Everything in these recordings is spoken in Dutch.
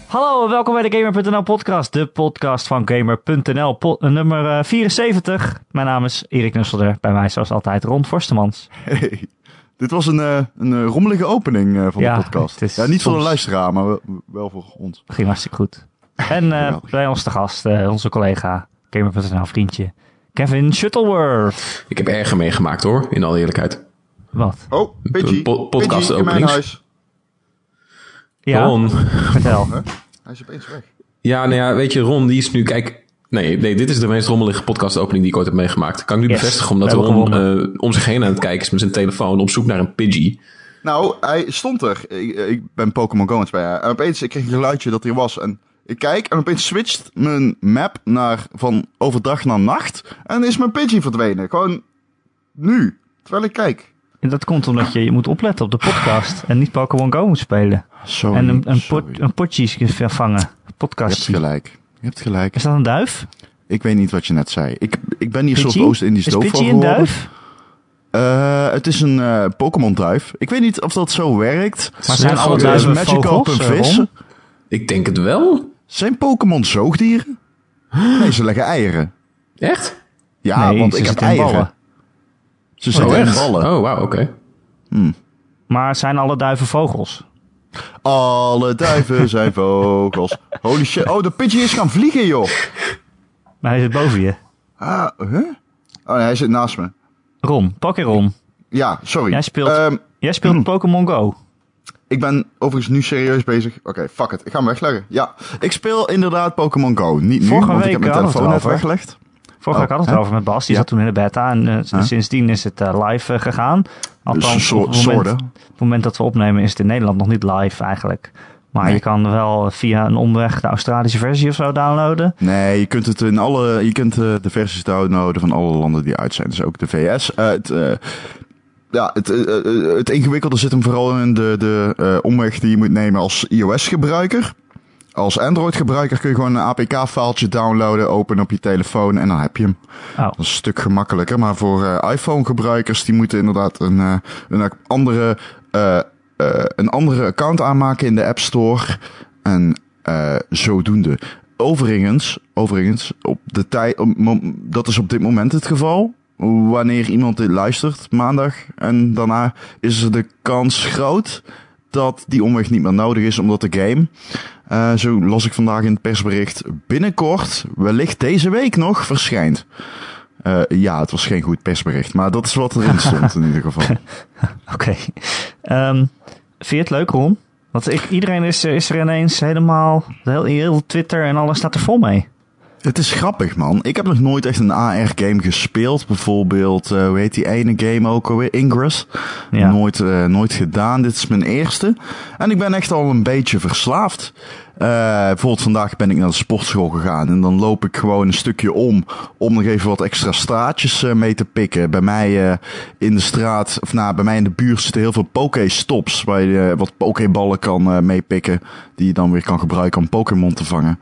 Hallo en welkom bij de Gamer.nl podcast, de podcast van Gamer.nl, nummer 74. Mijn naam is Erik Nusselder, bij mij zoals altijd Ron Forstemans. Hey, dit was een rommelige opening van de podcast. Ja, niet voor de luisteraar, maar wel voor ons. Ging hartstikke goed. En bij ons te gast, onze collega, Gamer.nl vriendje, Kevin Shuttleworth. Ik heb erger meegemaakt hoor, in alle eerlijkheid. Wat? Oh, Pidgey. Podcast openings. Ja, Ron. Vertel. Hij is opeens weg. Ja, nou ja, weet je, Ron die is nu, kijk... Nee, dit is de meest rommelige podcast-opening die ik ooit heb meegemaakt. Kan ik nu bevestigen, omdat Ron om zich heen aan het kijken is met zijn telefoon op zoek naar een Pidgey. Nou, hij stond er. Ik ben Pokémon Go aan het spelen. En opeens ik kreeg een geluidje dat hij was. En ik kijk en opeens switcht mijn map van overdag naar nacht. En is mijn Pidgey verdwenen. Gewoon nu, terwijl ik kijk. En dat komt omdat je moet opletten op de podcast en niet Pokémon Go moet spelen. Sorry, en een potje vangen. Podcastje. Je hebt gelijk. Is dat een duif? Ik weet niet wat je net zei. Ik ben hier Pidgey? soort Oost-Indisch doof van geworden. Is Pidgey een duif? Het is een Pokémon-duif. Ik weet niet of dat zo werkt. Maar zijn alle duiven vogels? Vis? Ik denk het wel. Zijn Pokémon zoogdieren? Nee, ze leggen eieren. Echt? Ja, nee, want ik heb eieren. Ballen. Ze zitten in ballen. Oh, wauw, oké. Maar zijn alle duiven vogels? Alle duiven zijn vogels. Holy shit. Oh, de Pidgey is gaan vliegen, joh. Maar hij zit boven je. Ah, huh? Oh, nee, hij zit naast me. Ron, Pokéron. Ja, sorry. Jij speelt Pokémon Go. Ik ben overigens nu serieus bezig. Oké, fuck it. Ik ga hem wegleggen. Ja, ik speel inderdaad Pokémon Go. Niet nu, want ik heb mijn telefoon net weggelegd. Vorige week had het over met Bas. Die zat toen in de beta. En sindsdien is het live gegaan. Althans, op het moment dat we opnemen is het in Nederland nog niet live eigenlijk. Maar je kan wel via een omweg de Australische versie of zo downloaden. Nee, je kunt het je kunt de versies downloaden van alle landen die uit zijn. Dus ook de VS. Het ingewikkelde zit hem vooral in de omweg die je moet nemen als iOS-gebruiker. Als Android-gebruiker kun je gewoon een APK-filetje downloaden, openen op je telefoon en dan heb je hem. Oh. Dat is een stuk gemakkelijker. Maar voor iPhone-gebruikers, die moeten inderdaad een andere account aanmaken in de App Store. En zodoende. Overigens, dat is op dit moment het geval. Wanneer iemand dit luistert, maandag en daarna, is er de kans groot dat die omweg niet meer nodig is, omdat de game, zo las ik vandaag in het persbericht, binnenkort, wellicht deze week nog, verschijnt. Ja, het was geen goed persbericht, maar dat is wat erin stond in ieder geval. Oké. Vind je het leuk, Ron? Want iedereen is er ineens helemaal, heel Twitter en alles staat er vol mee. Het is grappig, man. Ik heb nog nooit echt een AR-game gespeeld. Bijvoorbeeld, hoe heet die ene game ook alweer? Ingress. Ja. Nooit gedaan. Dit is mijn eerste. En ik ben echt al een beetje verslaafd. Bijvoorbeeld vandaag ben ik naar de sportschool gegaan. En dan loop ik gewoon een stukje om nog even wat extra straatjes mee te pikken. Bij mij in de straat, bij mij in de buurt zitten heel veel Pokéstops. Waar je wat Pokéballen kan meepikken. Die je dan weer kan gebruiken om Pokémon te vangen.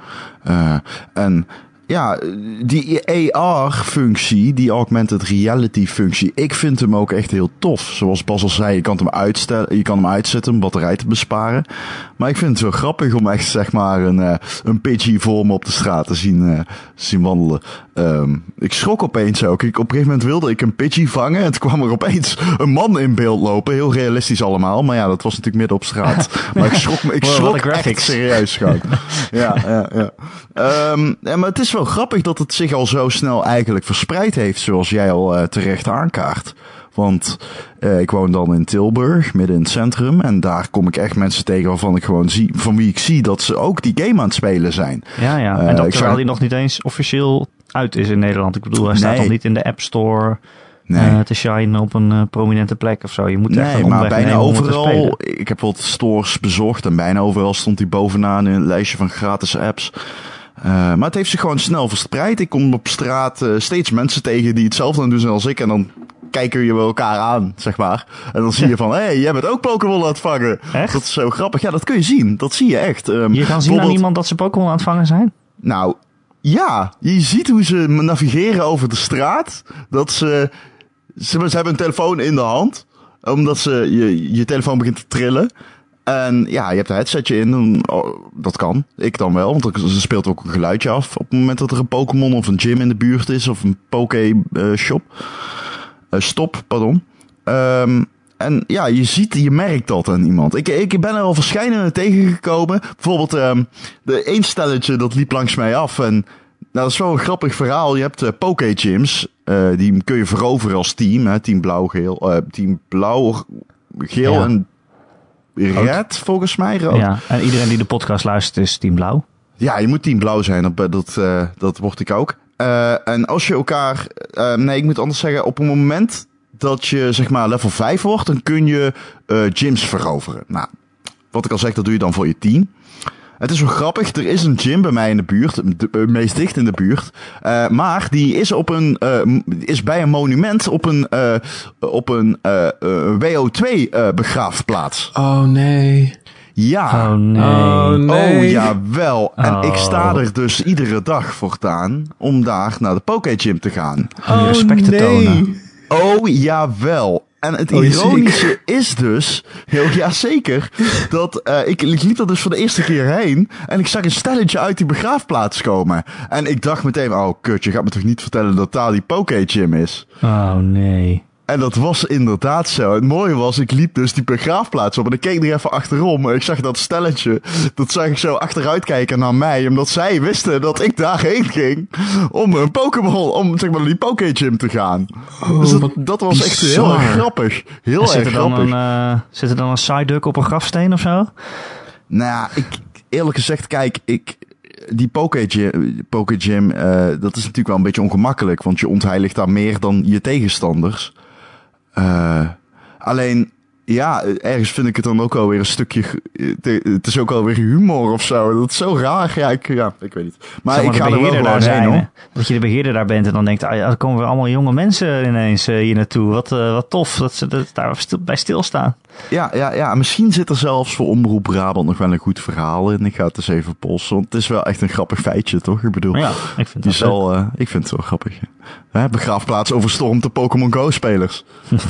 En ja, die AR-functie, die augmented reality-functie, ik vind hem ook echt heel tof. Zoals Bas al zei, je kan hem uitzetten om batterij te besparen. Maar ik vind het wel grappig om echt, zeg maar, een Pidgey voor me op de straat te zien wandelen. Ik schrok opeens ook. Op een gegeven moment wilde ik een Pidgey vangen en toen kwam er opeens een man in beeld lopen. Heel realistisch allemaal, maar ja, dat was natuurlijk midden op straat. Maar ik schrok echt serieus gewoon. Ja. Maar het is wel grappig dat het zich al zo snel eigenlijk verspreid heeft, zoals jij al terecht aankaart. Want ik woon dan in Tilburg, midden in het centrum. En daar kom ik echt mensen tegen waarvan ik gewoon zie, van wie ik zie dat ze ook die game aan het spelen zijn. Ja. En dat terwijl die nog niet eens officieel uit is in Nederland. Ik bedoel, hij staat nog niet in de App Store. Te shine op een prominente plek of zo. Je moet echt een omweg bijna nemen overal. Ik heb wat stores bezocht en bijna overal stond hij bovenaan in een lijstje van gratis apps. Maar het heeft zich gewoon snel verspreid. Ik kom op straat steeds mensen tegen die hetzelfde aan doen zijn als ik. En dan kijken we elkaar aan, zeg maar. En dan zie je van, hé, jij bent ook Pokémon aan het vangen. Echt? Dat is zo grappig. Ja, dat kun je zien. Dat zie je echt. Je kan zien aan iemand dat ze Pokémon aan het vangen zijn? Nou, ja. Je ziet hoe ze navigeren over de straat. Dat ze hebben een telefoon in de hand. Omdat je telefoon begint te trillen. En ja, je hebt een headsetje in. Dat kan. Ik dan wel. Want er speelt ook een geluidje af. Op het moment dat er een Pokémon of een gym in de buurt is. Of een Poké-shop. Stop, pardon. En ja, je merkt dat aan iemand. Ik ben er al verschillende tegengekomen. Bijvoorbeeld de één stelletje dat liep langs mij af. En nou, dat is wel een grappig verhaal. Je hebt Poké-gyms. Die kun je veroveren als team. Hè? Team blauw-geel. Team blauw-geel en red, volgens mij. Rood. Ja, en iedereen die de podcast luistert is Team Blauw. Ja, je moet Team Blauw zijn. Dat word ik ook. En als je elkaar... nee, ik moet anders zeggen. Op een moment dat je zeg maar level 5 wordt, dan kun je gyms veroveren. Nou, wat ik al zeg, dat doe je dan voor je team. Het is wel grappig. Er is een gym bij mij in de buurt. Meest dicht in de buurt. Maar die is is bij een monument op een WO2 begraafplaats. Oh nee. Ja. Oh nee. Oh nee. Oh jawel. En ik sta er dus iedere dag voortaan om daar naar de Poké-gym te gaan. Om je respect te tonen. Oh jawel. En het ironische is dus, zeker, dat ik liep er dus voor de eerste keer heen en ik zag een stelletje uit die begraafplaats komen. En ik dacht meteen, oh kut, je gaat me toch niet vertellen dat daar die Poké-gym is? Oh nee. En dat was inderdaad zo. Het mooie was, ik liep dus die begraafplaats op en ik keek er even achterom en ik zag dat stelletje, dat zag ik zo achteruit kijken naar mij, omdat zij wisten dat ik daarheen ging om een Pokémon, om zeg maar naar die Poké-gym te gaan. Oh, dus dat was echt heel erg grappig. Heel erg grappig. Zit er dan een Psyduck op een grafsteen of zo? Nou ja, eerlijk gezegd, kijk, die Poké-gym, dat is natuurlijk wel een beetje ongemakkelijk, want je ontheiligt daar meer dan je tegenstanders. Alleen, ja, ergens vind ik het dan ook wel weer een stukje... Het is ook wel weer humor of zo. Dat is zo raar. Ja, ik weet niet. Maar ik ga er wel gewoon heen, hoor. Dat je de beheerder daar bent en dan denkt... er komen weer allemaal jonge mensen ineens hier naartoe. Wat tof dat ze daar bij stilstaan. Ja, misschien zit er zelfs voor Omroep Brabant nog wel een goed verhaal in. Ik ga het eens even polsen. Want het is wel echt een grappig feitje, toch? Ik bedoel, ja, ik vind het wel grappig. Begraafplaats overstormt de Pokémon Go-spelers.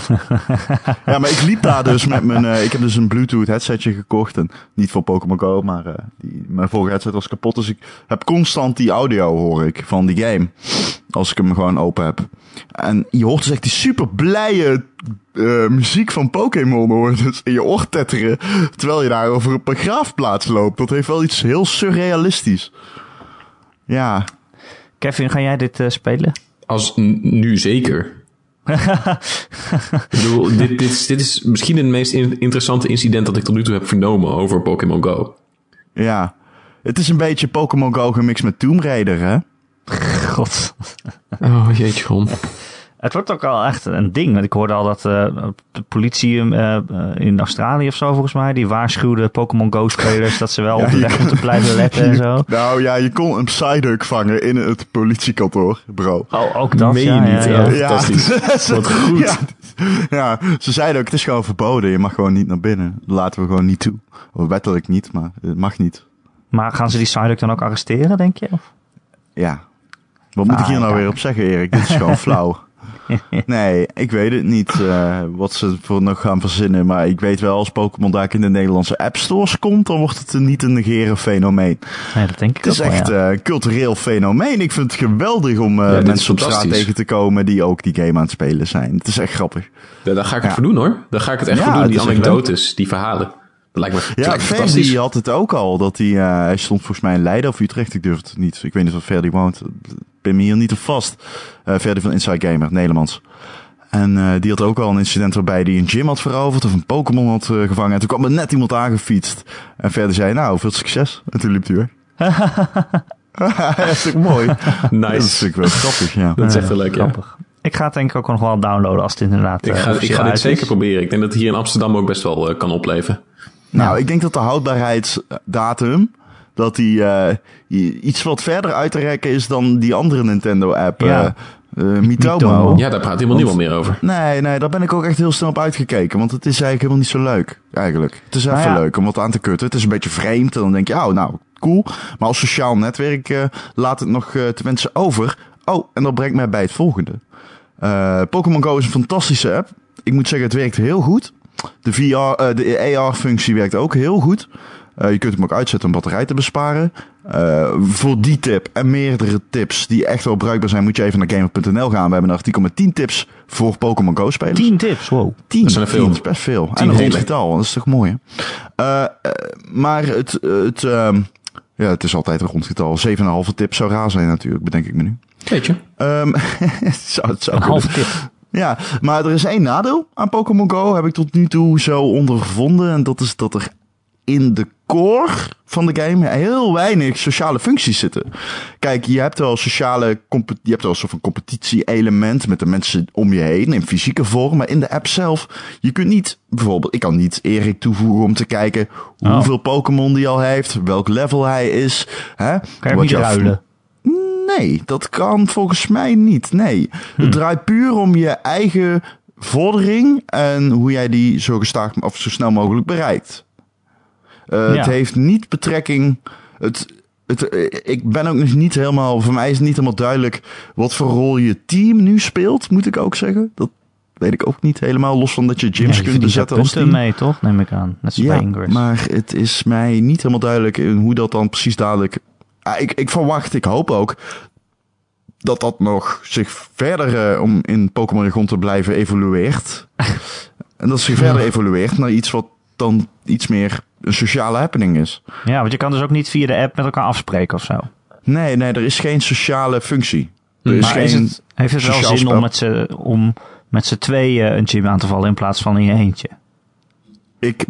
Ja, maar ik liep daar dus met ik heb dus een Bluetooth headsetje gekocht. En niet voor Pokémon Go, maar mijn vorige headset was kapot. Dus ik heb constant die audio, hoor ik, van die game. Als ik hem gewoon open heb. En je hoort dus echt die super blije muziek van Pokémon, hoor. Dus in je oor tetteren, terwijl je daar over een begraafplaats loopt. Dat heeft wel iets heel surrealistisch. Ja. Kevin, ga jij dit spelen? Als nu zeker. Ik bedoel, dit is misschien het meest interessante incident dat ik tot nu toe heb vernomen over Pokémon Go. Ja, het is een beetje Pokémon Go gemixt met Tomb Raider, hè? God. Oh, jeetje grond. Het wordt ook al echt een ding. Want ik hoorde al dat de politie in Australië of zo, volgens mij, die waarschuwde Pokémon Go-spelers dat ze wel op de weg moeten blijven letten en zo. Nou ja, je kon een Psyduck vangen in het politiekantoor, bro. Oh, ook dat? Meen je niet? Ja. Fantastisch. Wat goed. Ja, ze zeiden ook, het is gewoon verboden. Je mag gewoon niet naar binnen. Dat laten we gewoon niet toe. Wettelijk niet, maar het mag niet. Maar gaan ze die Psyduck dan ook arresteren, denk je? Of? Ja. Wat moet ik hier nou weer op zeggen, Erik? Dit is gewoon flauw. Nee, ik weet het niet wat ze voor nog gaan verzinnen. Maar ik weet wel, als Pokémon daar in de Nederlandse App Stores komt, dan wordt het een niet te negeren fenomeen. Ja, dat denk ik. Het is echt een cultureel fenomeen. Ik vind het geweldig om mensen op straat tegen te komen die ook die game aan het spelen zijn. Het is echt grappig. Ja, daar ga ik het voor doen, hoor. Daar ga ik het echt voor doen. Die anekdotes, die verhalen. Dat lijkt me fantastisch. Ferdi had het ook al. Dat hij stond volgens mij in Leiden of Utrecht. Ik durf het niet. Ik weet niet of Ferdi woont. Ik ben me hier niet op vast. Ferdi van Inside Gamer, Nederlands. En die had ook al een incident waarbij hij een gym had veroverd of een Pokémon had gevangen. En toen kwam er net iemand aangefietst. En Ferdi zei, nou, veel succes. En toen liep hij weg. Dat is toch mooi. Nice. Dat is natuurlijk wel grappig, ja. Dat is echt wel leuk, grappig. Ik ga het denk ik ook nog wel downloaden als het inderdaad Ik ga dit zeker proberen. Ik denk dat het hier in Amsterdam ook best wel kan opleven. Nou, ik denk dat de houdbaarheidsdatum, dat die iets wat verder uit te rekken is dan die andere Nintendo-app. Ja. Miitomo. Ja, daar praat helemaal niemand meer over. Nee, daar ben ik ook echt heel snel op uitgekeken. Want het is eigenlijk helemaal niet zo leuk, eigenlijk. Het is even leuk om wat aan te kutten. Het is een beetje vreemd. En dan denk je, nou, cool. Maar als sociaal netwerk laat het nog te wensen over. Oh, en dat brengt mij bij het volgende. Pokémon Go is een fantastische app. Ik moet zeggen, het werkt heel goed. De AR-functie werkt ook heel goed. Je kunt hem ook uitzetten om batterij te besparen. Voor die tip en meerdere tips die echt wel bruikbaar zijn, moet je even naar gamer.nl gaan. We hebben een artikel met 10 tips voor Pokémon Go spelers. 10 tips, wow. 10, dat zijn veel. Dat is best veel. En een rond getal, dat is toch mooi, hè? Maar het is altijd een rond getal. 7,5 tips zou raar zijn natuurlijk, bedenk ik me nu. Weet je. Het zou een halve tip. Ja, maar er is 1 nadeel aan Pokémon Go, heb ik tot nu toe zo ondervonden. En dat is dat er in de core van de game heel weinig sociale functies zitten. Kijk, je hebt wel een soort van competitie-element met de mensen om je heen in fysieke vorm, maar in de app zelf, je kunt niet, bijvoorbeeld, ik kan niet Erik toevoegen om te kijken hoeveel Pokémon die al heeft, welk level hij is. Hè? Kan je niet ruilen? Nee, dat kan volgens mij niet. Nee, het draait puur om je eigen vordering en hoe jij die zo snel mogelijk bereikt. Het heeft niet betrekking. Ik ben ook nog niet helemaal. Voor mij is het niet helemaal duidelijk wat voor rol je team nu speelt, moet ik ook zeggen. Dat weet ik ook niet helemaal. Los van dat je gyms kunt bezetten als team. Mee, toch? Neem ik aan. Net zoals bij Ingress. Maar het is mij niet helemaal duidelijk hoe dat dan precies dadelijk. Ik hoop ook dat nog zich verder om in Pokémon Jargon te blijven evolueert. En dat zich verder evolueert naar iets wat dan iets meer een sociale happening is. Ja, want je kan dus ook niet via de app met elkaar afspreken of zo. Nee, er is geen sociale functie. Heeft het wel zin om met z'n tweeën een gym aan te vallen in plaats van in je eentje? Ik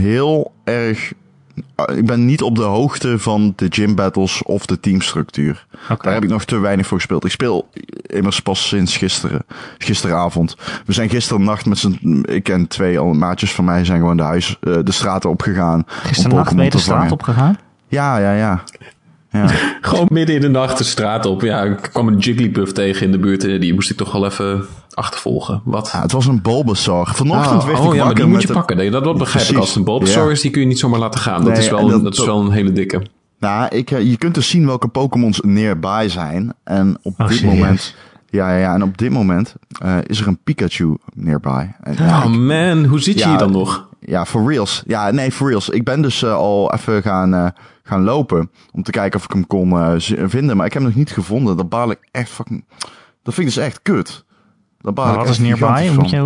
ben niet op de hoogte van de gym battles of de teamstructuur. Okay. Daar heb ik nog te weinig voor gespeeld. Ik speel immers pas sinds gisteravond. We zijn gisternacht ik en 2 maatjes van mij zijn gewoon de straten opgegaan. Gisternacht ben je de straat opgegaan? Ja. Gewoon midden in de nacht de straat op. Ja, ik kwam een Jigglypuff tegen in de buurt en die moest ik toch wel even achtervolgen. Wat? Ja, het was een Bulbasaur. Vanochtend werd ik wakker. Maar die moet je pakken. Dat begrijp ik. Als het een Bulbasaur is, die kun je niet zomaar laten gaan. Dat is wel een hele dikke. Nou, je kunt dus zien welke Pokémons nearby zijn. En op dit moment... Ja, en op dit moment is er een Pikachu nearby. Man, hoe zit je hier dan nog? Ja, for reals. Ja, nee, for reals. Ik ben dus al even gaan lopen om te kijken of ik hem kon vinden. Maar ik heb hem nog niet gevonden. Dat baal ik echt fucking... Dat vind ik dus echt kut. Wat is nearby?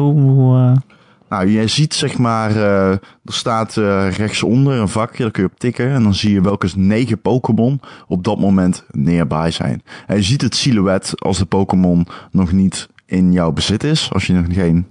Nou, je ziet zeg maar, er staat rechtsonder een vakje, daar kun je op tikken. En dan zie je welke 9 Pokémon op dat moment nearby zijn. En je ziet het silhouet als de Pokémon nog niet in jouw bezit is. Als je nog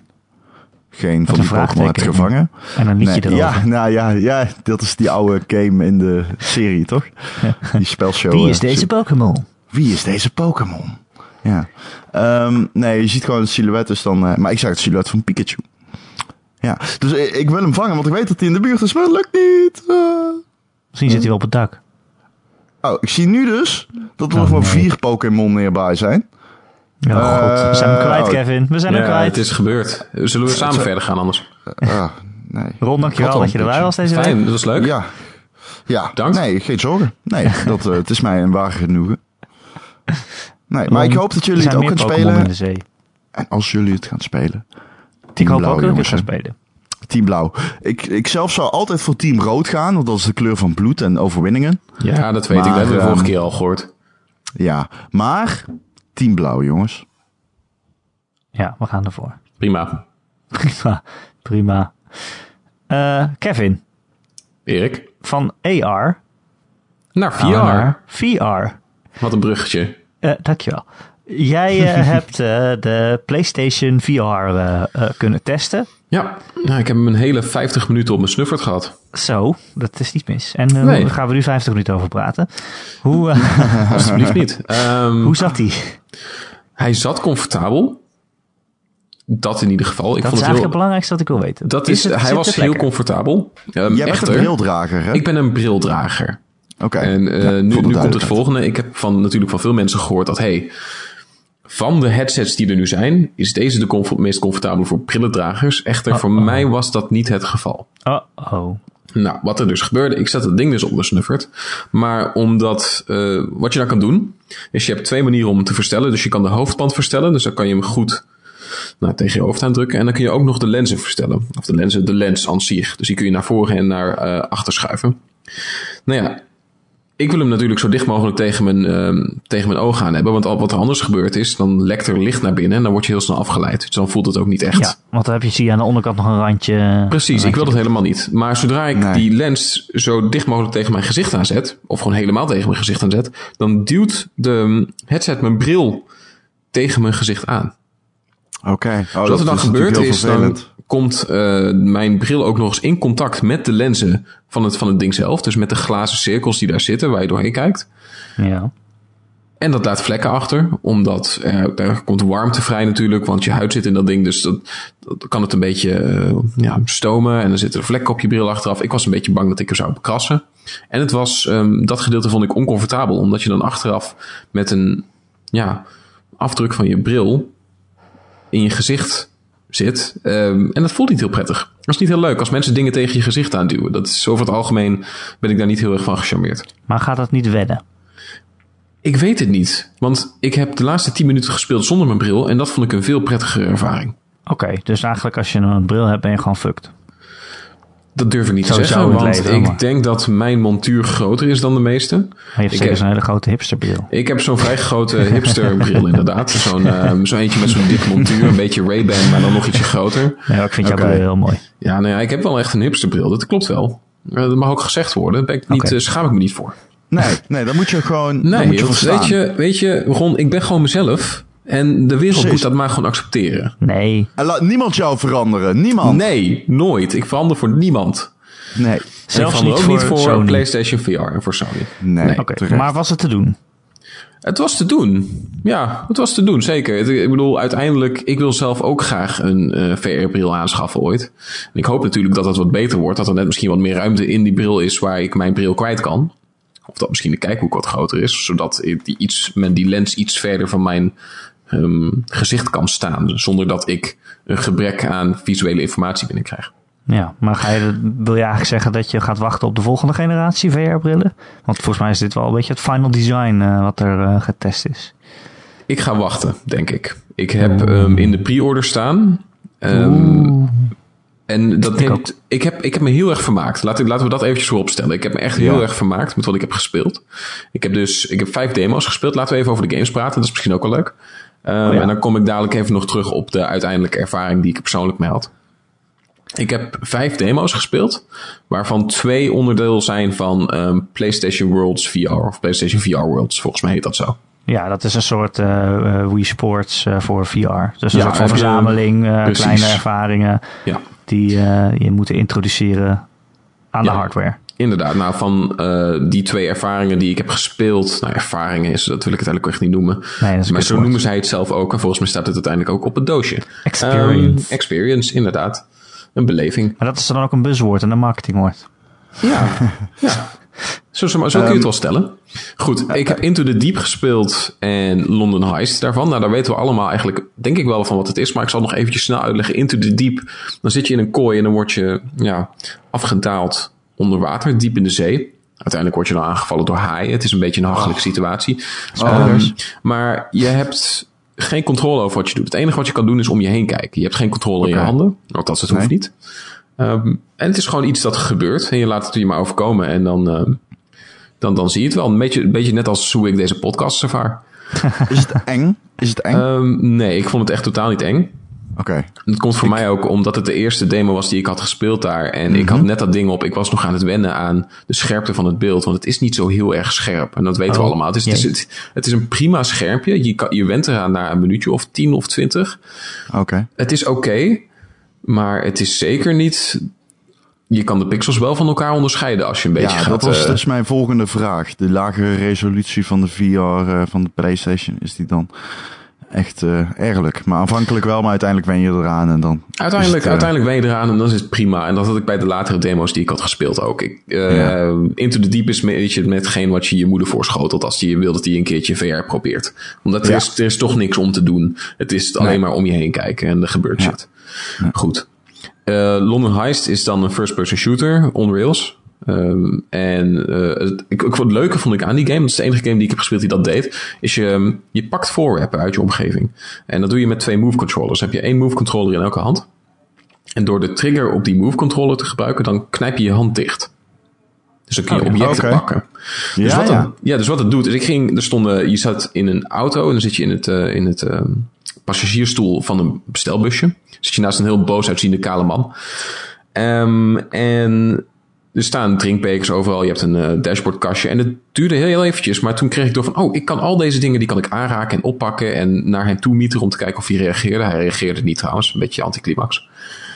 geen van die Pokémon hebt gevangen. En een liedje erover. Ja, dat is die oude game in de serie, toch? Ja. Die spelshow. Wie is deze Pokémon? Wie is deze Pokémon? Ja. Nee, je ziet gewoon het silhouet, dus dan... maar ik zag het silhouet van Pikachu. Ja, dus ik wil hem vangen, want ik weet dat hij in de buurt is, maar dat lukt niet. Misschien zit hij wel op het dak. Oh, ik zie nu dus dat er nog maar 4 Pokémon neerbij zijn. Ja, god. We zijn hem kwijt, Kevin. We zijn hem kwijt. Het is gebeurd. Zullen we samen verder gaan anders? Nee. Ron, dankjewel dat je erbij was deze week. Fijn, dat was leuk. Ja. Dank. Nee, geen zorgen. Nee, het is mij een waar genoegen. Nee, maar ik hoop dat jullie het ook gaan spelen. In de zee. En als jullie het gaan spelen... Ik hoop ook dat ik het ga spelen. Team Blauw. Ik zelf zou altijd voor Team Rood gaan, want dat is de kleur van bloed en overwinningen. Ja, dat weet ik. Dat hebben we de vorige keer al gehoord. Ja, maar Team Blauw, jongens. Ja, we gaan ervoor. Prima. Kevin. Erik. Van AR. Naar VR. Naar VR. Wat een bruggetje. Dankjewel. Jij hebt de PlayStation VR kunnen testen. Ja, nou, ik heb hem een hele 50 minuten op mijn snuffert gehad. Zo, dat is niet mis. En daar gaan we nu 50 minuten over praten. Alsjeblieft niet. Hoe zat hij? Hij zat comfortabel. Dat in ieder geval. Dat is eigenlijk het belangrijkste wat ik wil weten. Hij was heel comfortabel. Jij bent een brildrager, hè? Ik ben een brildrager. Oké. En nu komt het volgende. Ik heb natuurlijk van veel mensen gehoord dat... van de headsets die er nu zijn... is deze de meest comfortabele voor brillendragers. Echter, voor mij was dat niet het geval. Nou, wat er dus gebeurde... ik zet het ding dus op mijn snuffert. Maar omdat... wat je dan kan doen... is je hebt 2 manieren om te verstellen. Dus je kan de hoofdband verstellen. Dus dan kan je hem goed tegen je hoofd aan drukken. En dan kun je ook nog de lenzen verstellen. Of de lens aan zich. Dus die kun je naar voren en naar achter schuiven. Nou ja, ik wil hem natuurlijk zo dicht mogelijk tegen mijn ogen aan hebben. Want wat er anders gebeurt is, dan lekt er licht naar binnen en dan word je heel snel afgeleid. Dus dan voelt het ook niet echt. Ja, want dan zie je aan de onderkant nog een randje. Precies, ik wil dat helemaal niet. Maar zodra ik die lens zo dicht mogelijk tegen mijn gezicht aanzet, of gewoon helemaal tegen mijn gezicht aanzet, dan duwt de headset mijn bril tegen mijn gezicht aan. Oké. Dus wat er dan gebeurt is, dan komt mijn bril ook nog eens in contact met de lenzen van het ding zelf. Dus met de glazen cirkels die daar zitten, waar je doorheen kijkt. Ja. En dat laat vlekken achter, omdat daar komt warmte vrij natuurlijk, want je huid zit in dat ding. Dus dat kan het een beetje stomen en dan zitten er vlekken op je bril achteraf. Ik was een beetje bang dat ik er zou bekrassen. En het was, dat gedeelte vond ik oncomfortabel, omdat je dan achteraf met een afdruk van je bril in je gezicht zit. En dat voelt niet heel prettig. Dat is niet heel leuk als mensen dingen tegen je gezicht aanduwen. Dat is over het algemeen, ben ik daar niet heel erg van gecharmeerd. Maar gaat dat niet wedden? Ik weet het niet. Want ik heb de laatste 10 minuten gespeeld zonder mijn bril. En dat vond ik een veel prettigere ervaring. Oké, dus eigenlijk als je een bril hebt ben je gewoon fucked. Dat durf ik niet te zeggen, want ik denk dat mijn montuur groter is dan de meeste. Maar je hebt zeker zo'n hele grote hipsterbril. Ik heb zo'n vrij grote hipsterbril inderdaad. Zo eentje met zo'n dik montuur, een beetje Ray-Ban, maar dan nog ietsje groter. Ja, ik vind jouw bril heel mooi. Ja, ik heb wel echt een hipsterbril, dat klopt wel. Dat mag ook gezegd worden, daar schaam ik me niet voor. Nee, dan moet je gewoon... weet je, Ron, ik ben gewoon mezelf. En de wereld moet dat maar gewoon accepteren. Nee. En laat niemand jou veranderen. Niemand. Nee, nooit. Ik verander voor niemand. Nee. Zelfs niet voor PlayStation VR en voor Sony. Nee. Oké, maar was het te doen? Het was te doen. Ja, het was te doen, zeker. Ik bedoel, uiteindelijk, ik wil zelf ook graag een VR-bril aanschaffen ooit. En ik hoop natuurlijk dat het wat beter wordt. Dat er net misschien wat meer ruimte in die bril is waar ik mijn bril kwijt kan. Of dat misschien de kijkhoek wat groter is. Zodat die lens iets verder van mijn gezicht kan staan. Zonder dat ik een gebrek aan visuele informatie binnenkrijg. Ja, maar wil je eigenlijk zeggen dat je gaat wachten op de volgende generatie VR-brillen? Want volgens mij is dit wel een beetje het final design wat er getest is. Ik ga wachten, denk ik. Ik heb in de pre-order staan. En dat ik heb me heel erg vermaakt. Laten we dat eventjes vooropstellen. Ik heb me echt heel erg vermaakt met wat ik heb gespeeld. Ik heb 5 demo's gespeeld. Laten we even over de games praten. Dat is misschien ook wel leuk. En dan kom ik dadelijk even nog terug op de uiteindelijke ervaring die ik er persoonlijk mee had. Ik heb 5 demo's gespeeld, waarvan 2 onderdeel zijn van PlayStation Worlds VR, of PlayStation VR Worlds, volgens mij heet dat zo. Ja, dat is een soort Wii Sports voor VR. Dus een soort van verzameling, kleine ervaringen die je moet introduceren aan de hardware. Inderdaad, van die 2 ervaringen die ik heb gespeeld, ervaringen is, dat wil ik uiteindelijk echt niet noemen. Nee, maar zo noemen zij het zelf ook en volgens mij staat het uiteindelijk ook op het doosje. Experience, inderdaad. Een beleving. Maar dat is dan ook een buzzwoord en een marketingwoord. Ja. Zo kun je het wel stellen. Goed, ik heb Into the Deep gespeeld en London Heist daarvan. Nou, daar weten we allemaal eigenlijk, denk ik wel van wat het is. Maar ik zal nog eventjes snel uitleggen. Into the Deep, dan zit je in een kooi en dan word je afgedaald onder water, diep in de zee. Uiteindelijk word je dan aangevallen door haaien. Het is een beetje een hachelijke situatie. Maar je hebt geen controle over wat je doet. Het enige wat je kan doen is om je heen kijken. Je hebt geen controle in je handen. Althans, het hoeft niet. En het is gewoon iets dat gebeurt. En je laat het je maar overkomen. En dan zie je het wel. Een beetje net als hoe ik deze podcast ervaar. Is het eng? Nee, ik vond het echt totaal niet eng. Oké. Dat komt voor mij ook omdat het de eerste demo was die ik had gespeeld daar. En ik had net dat ding op. Ik was nog aan het wennen aan de scherpte van het beeld. Want het is niet zo heel erg scherp. En dat weten we allemaal. Het is een prima schermpje. Je went eraan na een minuutje of 10 of 20. Oké. Het is oké, maar het is zeker niet... Je kan de pixels wel van elkaar onderscheiden als je een beetje gaat... Ja, dat was dus mijn volgende vraag. De lagere resolutie van de VR van de PlayStation, is die dan... echt ergerlijk. Maar aanvankelijk wel, maar uiteindelijk ben je eraan en dan... Uiteindelijk ben je eraan en dan is het prima. En dat had ik bij de latere demo's die ik had gespeeld ook. Into the Deep is een beetje metgeen wat je moeder voorschotelt als je wil dat hij een keertje VR probeert. Omdat er is toch niks om te doen. Het is alleen maar om je heen kijken en er gebeurt shit. Ja. Goed. London Heist is dan een first-person shooter on rails. Het leuke vond ik aan die game, dat is de enige game die ik heb gespeeld die dat deed, is je pakt voorwerpen uit je omgeving. En dat doe je met 2 move controllers. Dan heb je 1 move controller in elke hand. En door de trigger op die move controller te gebruiken, dan knijp je je hand dicht. Dus dan kun je objecten pakken. Dus wat het doet, is je zat in een auto en dan zit je in het passagiersstoel van een bestelbusje. Zit je naast een heel boos uitziende kale man. En er staan drinkbekers overal. Je hebt een dashboardkastje. En het duurde heel eventjes. Maar toen kreeg ik door van, ik kan al deze dingen, die kan ik aanraken en oppakken. En naar hem toe mieteren om te kijken of hij reageerde. Hij reageerde niet trouwens. Een beetje anticlimax.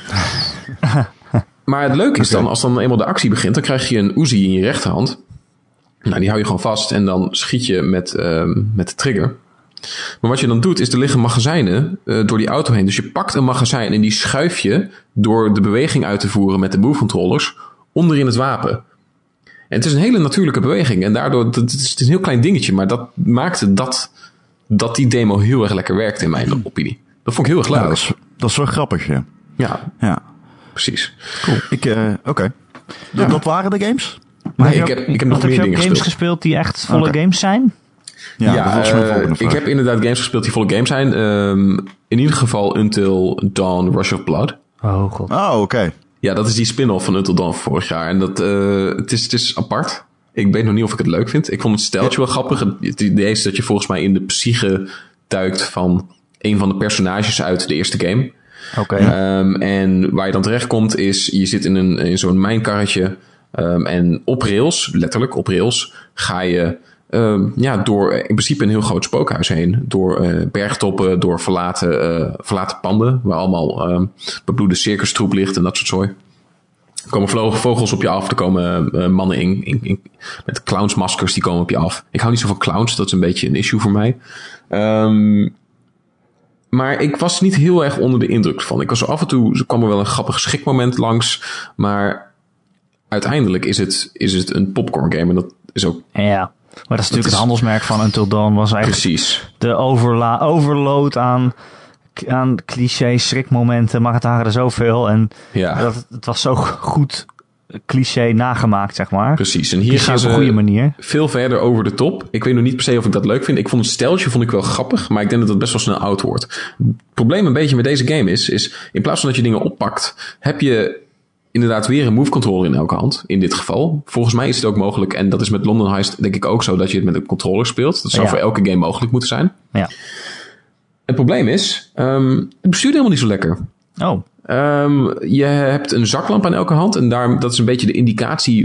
Maar het leuke is dan, als dan eenmaal de actie begint, dan krijg je een Uzi in je rechterhand. Nou, die hou je gewoon vast en dan schiet je met de trigger. Maar wat je dan doet, is er liggen magazijnen door die auto heen. Dus je pakt een magazijn en die schuif je door de beweging uit te voeren met de move controllers onderin het wapen. En het is een hele natuurlijke beweging. En daardoor, het is een heel klein dingetje, maar dat maakte dat die demo heel erg lekker werkte in mijn opinie. Dat vond ik heel erg leuk. Ja, dat is wel grappig, ja. Ja. Precies. Cool. Oké. Dat waren de games? Maar ik heb nog meer dingen games gespeeld die echt volle games zijn? Ik heb inderdaad games gespeeld die volle games zijn. In ieder geval Until Dawn Rush of Blood. Oh god. Oh, oké. Ja, dat is die spin-off van Until Dawn vorig jaar. En het is apart. Ik weet nog niet of ik het leuk vind. Ik vond het steltje wel grappig. Het idee is dat je volgens mij in de psyche duikt van een van de personages uit de eerste game. Okay. En waar je dan terecht komt is, je zit in zo'n mijnkarretje en op rails, letterlijk op rails, ga je door in principe een heel groot spookhuis heen. Door bergtoppen, door verlaten panden, waar allemaal bebloede circustroep ligt en dat soort zooi. Er komen vogels op je af, er komen mannen met clownsmaskers, die komen op je af. Ik hou niet zo van clowns, dat is een beetje een issue voor mij. Maar ik was niet heel erg onder de indruk van. Ik was af en toe, kwam er wel een grappig schrikmoment langs. Maar uiteindelijk is het een popcorn game. En dat is ook... Ja, maar dat is natuurlijk het handelsmerk van Until Dawn. Was eigenlijk precies de overload aan cliché schrikmomenten. Maar het waren er zoveel. En het was zo goed cliché nagemaakt, zeg maar. Precies. En hier gaan ze op een goede manier veel verder over de top. Ik weet nog niet per se of ik dat leuk vind. Ik vond het steltje wel grappig, maar ik denk dat het best wel snel oud wordt. Het probleem een beetje met deze game is in plaats van dat je dingen oppakt, heb je inderdaad weer een move controller in elke hand. In dit geval. Volgens mij is het ook mogelijk, en dat is met London Heist denk ik ook zo, dat je het met een controller speelt. Dat zou voor elke game mogelijk moeten zijn. Ja. Het probleem is, het bestuurt helemaal niet zo lekker. Oh. Je hebt een zaklamp aan elke hand. En dat is een beetje de indicatie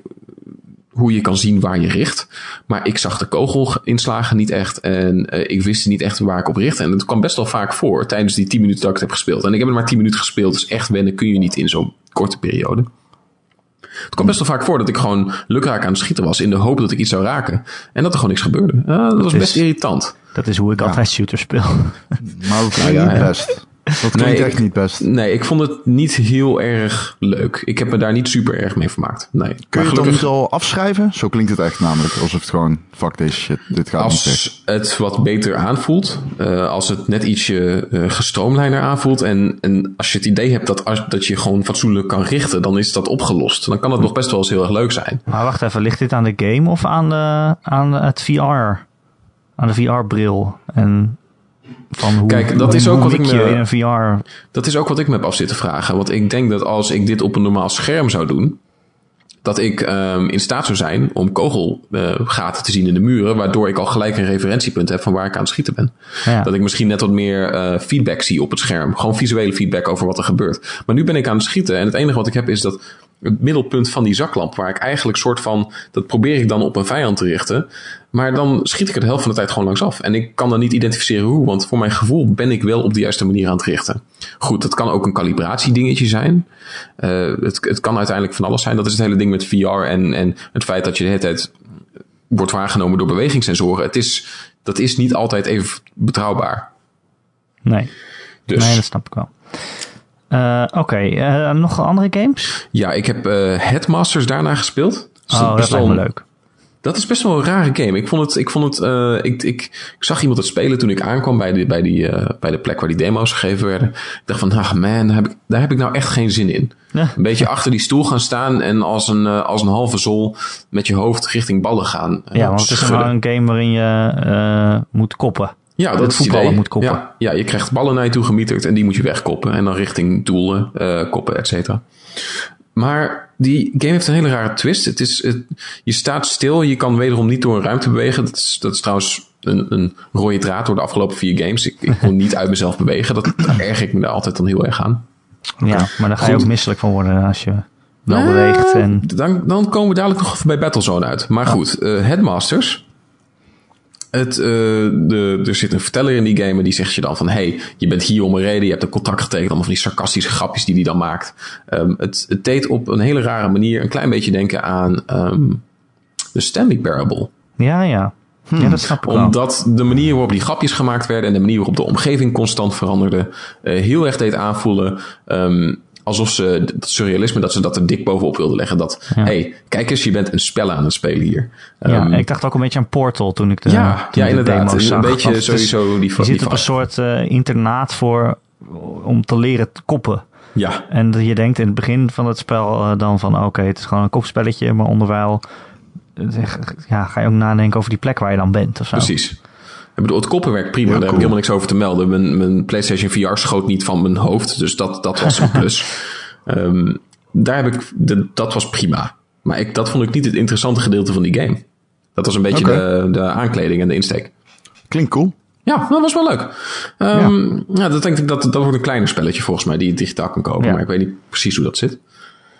hoe je kan zien waar je richt. Maar ik zag de kogelinslagen niet echt. En ik wist niet echt waar ik op richtte. En het kwam best wel vaak voor tijdens die 10 minuten dat ik het heb gespeeld. En ik heb het maar 10 minuten gespeeld. Dus echt wennen kun je niet in zo'n korte periode. Het kwam best wel vaak voor dat ik gewoon lukraak aan het schieten was. In de hoop dat ik iets zou raken. En dat er gewoon niks gebeurde. Dat was best irritant. Dat is hoe ik altijd shooter speel. Maar ook niet best. Dat klinkt echt niet best. Nee, ik vond het niet heel erg leuk. Ik heb me daar niet super erg mee vermaakt. Nee. Kun je het dan niet al afschrijven? Zo klinkt het echt namelijk. Alsof het gewoon, fuck deze shit, dit gaat niet weg. Als het wat beter aanvoelt. Als het net ietsje gestroomlijnder aanvoelt. En als je het idee hebt dat je gewoon fatsoenlijk kan richten. Dan is dat opgelost. Dan kan het nog best wel eens heel erg leuk zijn. Maar wacht even, ligt dit aan de game of aan het VR? Aan de VR-bril? En... Kijk, dat is ook wat ik me in een VR. Dat is ook wat ik me heb af zitten vragen. Want ik denk dat als ik dit op een normaal scherm zou doen, dat ik in staat zou zijn om kogelgaten te zien in de muren, waardoor ik al gelijk een referentiepunt heb van waar ik aan het schieten ben. Ja. Dat ik misschien net wat meer feedback zie op het scherm. Gewoon visuele feedback over wat er gebeurt. Maar nu ben ik aan het schieten en het enige wat ik heb is dat het middelpunt van die zaklamp, waar ik eigenlijk soort van, dat probeer ik dan op een vijand te richten. Maar dan schiet ik er de helft van de tijd gewoon langs af. En ik kan dan niet identificeren hoe, want voor mijn gevoel ben ik wel op de juiste manier aan het richten. Goed, dat kan ook een calibratiedingetje zijn. Het kan uiteindelijk van alles zijn. Dat is het hele ding met VR en het feit dat je de hele tijd wordt waargenomen door bewegingssensoren. Dat is niet altijd even betrouwbaar. Nee, dus. Nee, dat snap ik wel. Oké, nog andere games? Ja, ik heb Headmasters daarna gespeeld. Dat lijkt me leuk. Dat is best wel een rare game. Ik zag iemand het spelen toen ik aankwam bij de plek waar die demo's gegeven werden. Ik dacht van, daar heb ik nou echt geen zin in. Ja. Een beetje achter die stoel gaan staan en als een halve zol met je hoofd richting ballen gaan. Ja, want het is gewoon een game waarin je moet koppen. Ja, dat is het idee. Moet koppen. Ja, je krijgt ballen naar je toe gemieterd en die moet je wegkoppen. En dan richting doelen koppen, et cetera. Maar die game heeft een hele rare twist. Je staat stil, je kan wederom niet door een ruimte bewegen. Dat is trouwens een rode draad door de afgelopen 4 games. Ik kon niet uit mezelf bewegen. Daar erg ik me daar altijd dan heel erg aan. Okay. Ja, maar daar ga je ook misselijk van worden als je wel beweegt. En... Dan komen we dadelijk nog even bij Battlezone uit. Maar goed, Headmasters... Er zit een verteller in die game en die zegt je dan van... hey, je bent hier om een reden, je hebt een contract getekend... allemaal van die sarcastische grapjes die hij dan maakt. Het deed op een hele rare manier een klein beetje denken aan de Stanley Parable. Ja. Ja, dat snap ik wel. Omdat de manier waarop die grapjes gemaakt werden... en de manier waarop de omgeving constant veranderde... heel erg deed aanvoelen... alsof ze dat surrealisme, dat ze dat er dik bovenop wilden leggen. Dat, hey, kijk eens, je bent een spel aan het spelen hier. Ik dacht ook een beetje aan Portal toen ik de inderdaad. Demo zag. Een beetje sowieso die. Je zit op een soort internaat om te leren koppen. Ja. En je denkt in het begin van het spel dan van oké, het is gewoon een kopspelletje, maar onderwijl ga je ook nadenken over die plek waar je dan bent of zo. Precies. Ik bedoel, het koppen werkt prima. Daar heb ik helemaal niks over te melden. Mijn PlayStation VR schoot niet van mijn hoofd. Dus dat was een plus. Dat was prima. Maar dat vond ik niet het interessante gedeelte van die game. Dat was een beetje de aankleding en de insteek. Klinkt cool. Ja, dat was wel leuk. Dat denk ik dat wordt een kleiner spelletje volgens mij die je digitaal kan kopen. Ja. Maar ik weet niet precies hoe dat zit.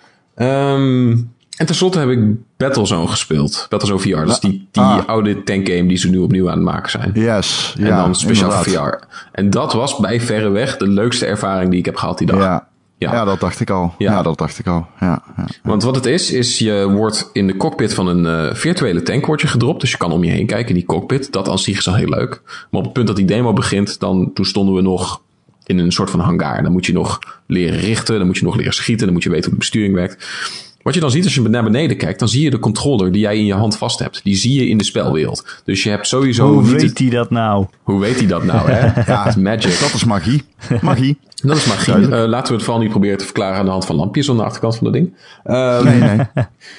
En tenslotte heb ik Battlezone gespeeld. Battlezone VR. Dat is die oude tankgame die ze nu opnieuw aan het maken zijn. Yes. En dan speciaal voor VR. En dat was bij verreweg de leukste ervaring die ik heb gehad die dag. Ja, dat dacht ik al. Ja, dat dacht ik al. Ja. Want wat het is je wordt in de cockpit van een virtuele tank gedropt. Dus je kan om je heen kijken in die cockpit. Dat aan zich is al heel leuk. Maar op het punt dat die demo begint, toen stonden we nog in een soort van hangar. Dan moet je nog leren richten, dan moet je nog leren schieten, dan moet je weten hoe de besturing werkt. Wat je dan ziet als je naar beneden kijkt, dan zie je de controller die jij in je hand vast hebt. Die zie je in de spelwereld. Dus je hebt sowieso... Hoe weet hij dat nou? Hoe weet hij dat nou, hè? Ja, het is magic. Dat is magie. Magie. Dat is magie. Laten we het vooral niet proberen te verklaren aan de hand van lampjes aan de achterkant van dat ding. Nee.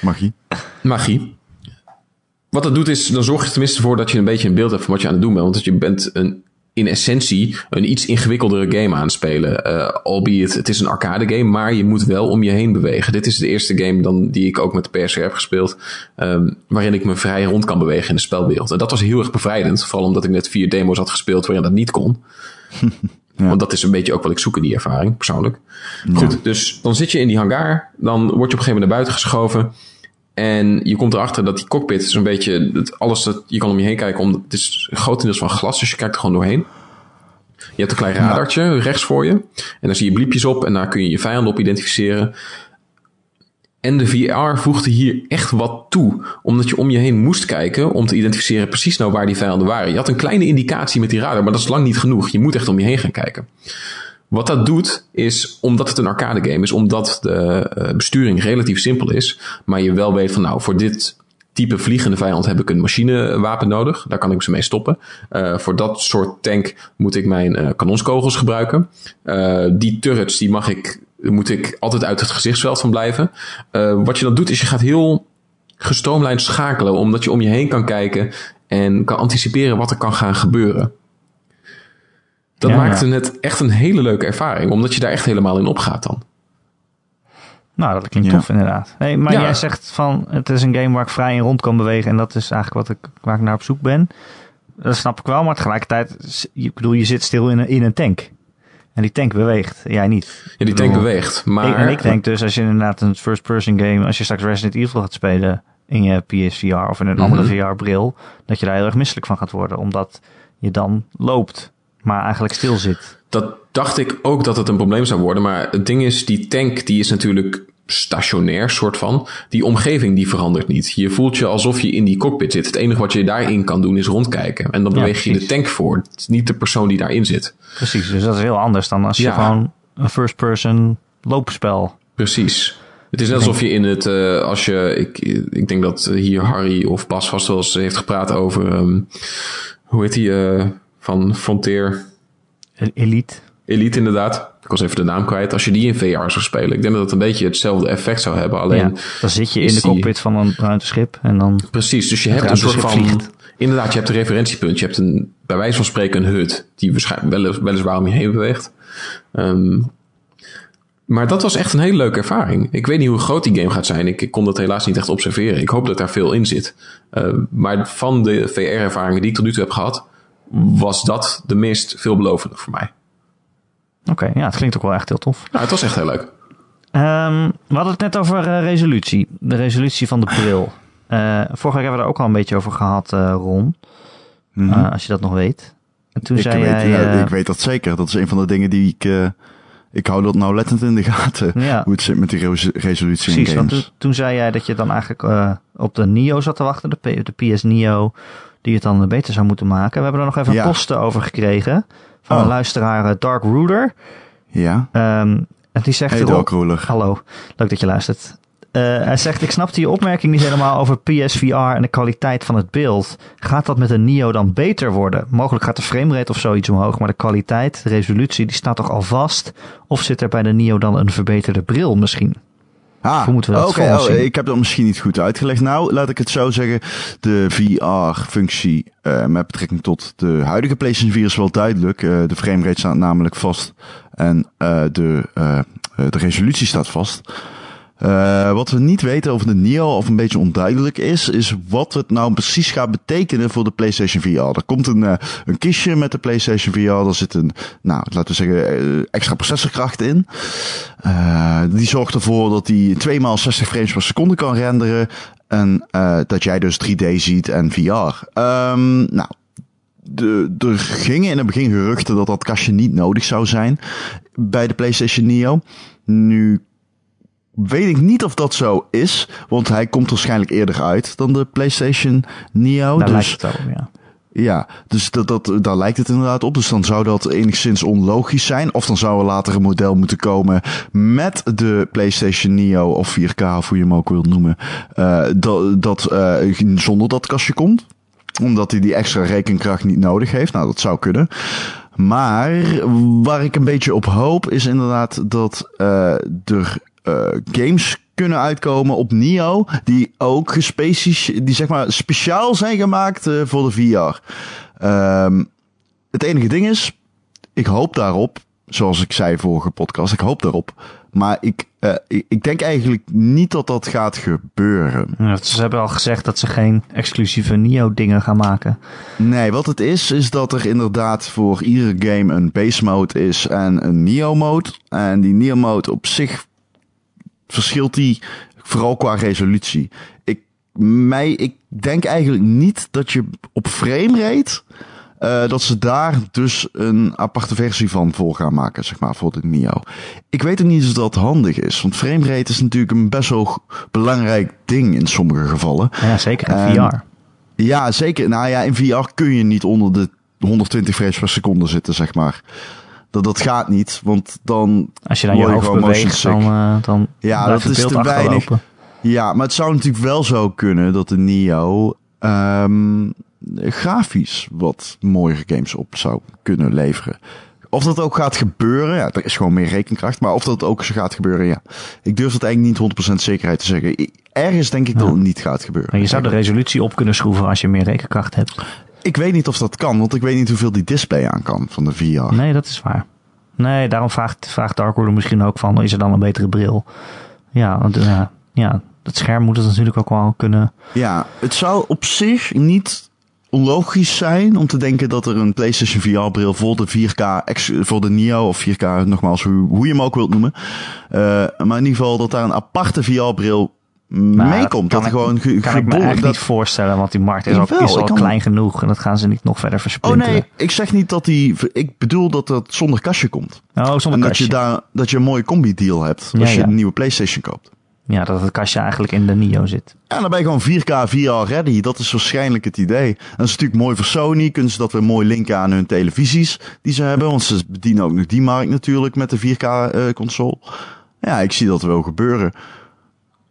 Magie. Wat dat doet is, dan zorg je tenminste voor dat je een beetje een beeld hebt van wat je aan het doen bent. Want je bent in essentie een iets ingewikkeldere game aan het spelen. Albeit, het is een arcade game, maar je moet wel om je heen bewegen. Dit is de eerste game die ik ook met de PSVR heb gespeeld, waarin ik me vrij rond kan bewegen in de spelwereld. En dat was heel erg bevrijdend, vooral omdat ik net 4 demo's had gespeeld waarin dat niet kon. Ja. Want dat is een beetje ook wat ik zoek in die ervaring, persoonlijk. Ja. Goed, dus dan zit je in die hangar, dan word je op een gegeven moment naar buiten geschoven. En je komt erachter dat die cockpit is een beetje... je kan om je heen kijken. Het is grotendeels van glas, dus je kijkt er gewoon doorheen. Je hebt een klein radartje rechts voor je. En daar zie je bliepjes op en daar kun je je vijanden op identificeren. En de VR voegde hier echt wat toe. Omdat je om je heen moest kijken om te identificeren precies nou waar die vijanden waren. Je had een kleine indicatie met die radar, maar dat is lang niet genoeg. Je moet echt om je heen gaan kijken. Wat dat doet is, omdat het een arcade game is, omdat de besturing relatief simpel is, maar je wel weet van voor dit type vliegende vijand heb ik een machinewapen nodig. Daar kan ik ze mee stoppen. Voor dat soort tank moet ik mijn kanonskogels gebruiken. Die turrets moet ik altijd uit het gezichtsveld van blijven. Wat je dan doet is je gaat heel gestroomlijnd schakelen, omdat je om je heen kan kijken en kan anticiperen wat er kan gaan gebeuren. Dat maakte het echt een hele leuke ervaring, omdat je daar echt helemaal in opgaat dan. Nou, dat klinkt tof inderdaad. Hey, maar jij zegt van, het is een game waar ik vrij in rond kan bewegen en dat is eigenlijk waar ik naar op zoek ben. Dat snap ik wel, maar tegelijkertijd, je zit stil in een tank. En die tank beweegt, jij niet. Ja, die tank beweegt, maar... Ik denk dus, als je inderdaad een first-person game, als je straks Resident Evil gaat spelen in je PSVR of in een andere VR-bril, dat je daar heel erg misselijk van gaat worden, omdat je dan loopt, maar eigenlijk stil zit. Dat dacht ik ook dat het een probleem zou worden, maar het ding is, die tank die is natuurlijk stationair, soort van. Die omgeving die verandert niet. Je voelt je alsof je in die cockpit zit. Het enige wat je daarin kan doen is rondkijken. En dan beweeg je de tank voor. Het is niet de persoon die daarin zit. Precies, dus dat is heel anders dan als je gewoon een first-person loopspel. Precies. Het is net alsof je in het... Ik denk dat hier Harry of Bas vast wel eens heeft gepraat over... hoe heet die van Frontier? Elite, inderdaad. Ik was even de naam kwijt. Als je die in VR zou spelen. Ik denk dat het een beetje hetzelfde effect zou hebben. Alleen dan zit je in de cockpit van een ruimteschip. En dan precies, dus je hebt een soort van... Vliegt. Inderdaad, je hebt een referentiepunt. Je hebt bij wijze van spreken een hut. Die waarschijnlijk weliswaar om je heen beweegt. Maar dat was echt een hele leuke ervaring. Ik weet niet hoe groot die game gaat zijn. Ik kon dat helaas niet echt observeren. Ik hoop dat daar veel in zit. Maar van de VR-ervaringen die ik tot nu toe heb gehad... was dat de meest veelbelovende voor mij. Oké, het klinkt ook wel echt heel tof. Ja, het was echt heel leuk. We hadden het net over resolutie. De resolutie van de bril. Vorige week hebben we daar ook al een beetje over gehad, Ron. Mm-hmm. Als je dat nog weet. En toen ik weet dat zeker. Dat is een van de dingen die ik hou dat nauwlettend in de gaten. Ja. Hoe het zit met die resolutie in games. Want toen zei jij dat je dan eigenlijk op de Neo zat te wachten. De PS Neo. Die het dan beter zou moeten maken. We hebben er nog even een post over gekregen. Van een luisteraar, Dark Ruler. Ja. En die zegt... Hey Dark Ruler. Hallo, leuk dat je luistert. Hij zegt, ik snapte je opmerking niet helemaal over PSVR en de kwaliteit van het beeld. Gaat dat met een Neo dan beter worden? Mogelijk gaat de framerate of zoiets omhoog, maar de kwaliteit, de resolutie, die staat toch al vast? Of zit er bij de Neo dan een verbeterde bril misschien? Oké. Ik heb dat misschien niet goed uitgelegd. Nou, laat ik het zo zeggen. De VR-functie met betrekking tot de huidige PlayStation 4 is wel duidelijk. De framerate staat namelijk vast en de resolutie staat vast. Wat we niet weten over de Neo, of een beetje onduidelijk is wat het nou precies gaat betekenen voor de PlayStation VR. Er komt een kistje met de PlayStation VR. Daar zit een, laten we zeggen, extra processorkracht in. Die zorgt ervoor dat die 2x 60 frames per seconde kan renderen. En dat jij dus 3D ziet en VR. Er gingen in het begin geruchten dat kastje niet nodig zou zijn bij de PlayStation Neo. Nu weet ik niet of dat zo is, want hij komt waarschijnlijk eerder uit dan de PlayStation Neo. Daar lijkt het op, ja. Ja, dus daar lijkt het inderdaad op. Dus dan zou dat enigszins onlogisch zijn. Of dan zou er later een model moeten komen met de PlayStation Neo of 4K, of hoe je hem ook wilt noemen, dat zonder dat kastje komt. Omdat hij die extra rekenkracht niet nodig heeft. Nou, dat zou kunnen. Maar waar ik een beetje op hoop is inderdaad dat er games kunnen uitkomen op Neo die ook die zeg maar speciaal zijn gemaakt voor de VR. Het enige ding is, ik hoop daarop, zoals ik zei vorige podcast, ik hoop daarop. Maar ik denk eigenlijk niet dat gaat gebeuren. Ja, ze hebben al gezegd dat ze geen exclusieve Neo-dingen gaan maken. Nee, wat het is dat er inderdaad voor iedere game een base mode is en een Neo-mode. En die Neo-mode op zich verschilt die vooral qua resolutie. Ik denk eigenlijk niet dat je op framerate dat ze daar dus een aparte versie van voor gaan maken, zeg maar, voor de Neo. Ik weet ook niet of dat handig is, want framerate is natuurlijk een best wel belangrijk ding in sommige gevallen. Ja, zeker in VR. Ja, zeker. Nou ja, in VR kun je niet onder de 120 frames per seconde zitten, zeg maar. Dat gaat niet, want dan... Als je dan je hoofd beweegt, dan ja, dat is te weinig. Ja, maar het zou natuurlijk wel zo kunnen dat de Neo grafisch wat mooiere games op zou kunnen leveren. Of dat ook gaat gebeuren, ja, er is gewoon meer rekenkracht. Maar of dat ook zo gaat gebeuren, ja. Ik durf dat eigenlijk niet 100% zekerheid te zeggen. Ergens denk ik dat het niet gaat gebeuren. Maar je zou de resolutie op kunnen schroeven als je meer rekenkracht hebt. Ik weet niet of dat kan, want ik weet niet hoeveel die display aan kan van de VR. Nee, dat is waar. Nee, daarom vraagt Dark Order misschien ook van, is er dan een betere bril? Ja, want het scherm moet het natuurlijk ook wel kunnen. Ja, het zou op zich niet onlogisch zijn om te denken dat er een PlayStation VR-bril voor de 4K, voor de Neo of 4K, nogmaals, hoe je hem ook wilt noemen. Maar in ieder geval dat daar een aparte VR-bril meekomt. Dat kan ik me echt niet voorstellen, want die markt is al klein genoeg en dat gaan ze niet nog verder versplinteren. Oh nee, ik zeg niet dat ik bedoel dat het zonder kastje komt. Oh, zonder kastje. Dat je een mooie combi-deal hebt als je een nieuwe PlayStation koopt. Ja, dat het kastje eigenlijk in de Neo zit. En dan ben je gewoon 4K VR ready. Dat is waarschijnlijk het idee. En dat is natuurlijk mooi voor Sony. Kunnen ze dat weer mooi linken aan hun televisies die ze hebben. Want ze bedienen ook nog die markt natuurlijk met de 4K console. Ja, ik zie dat wel gebeuren.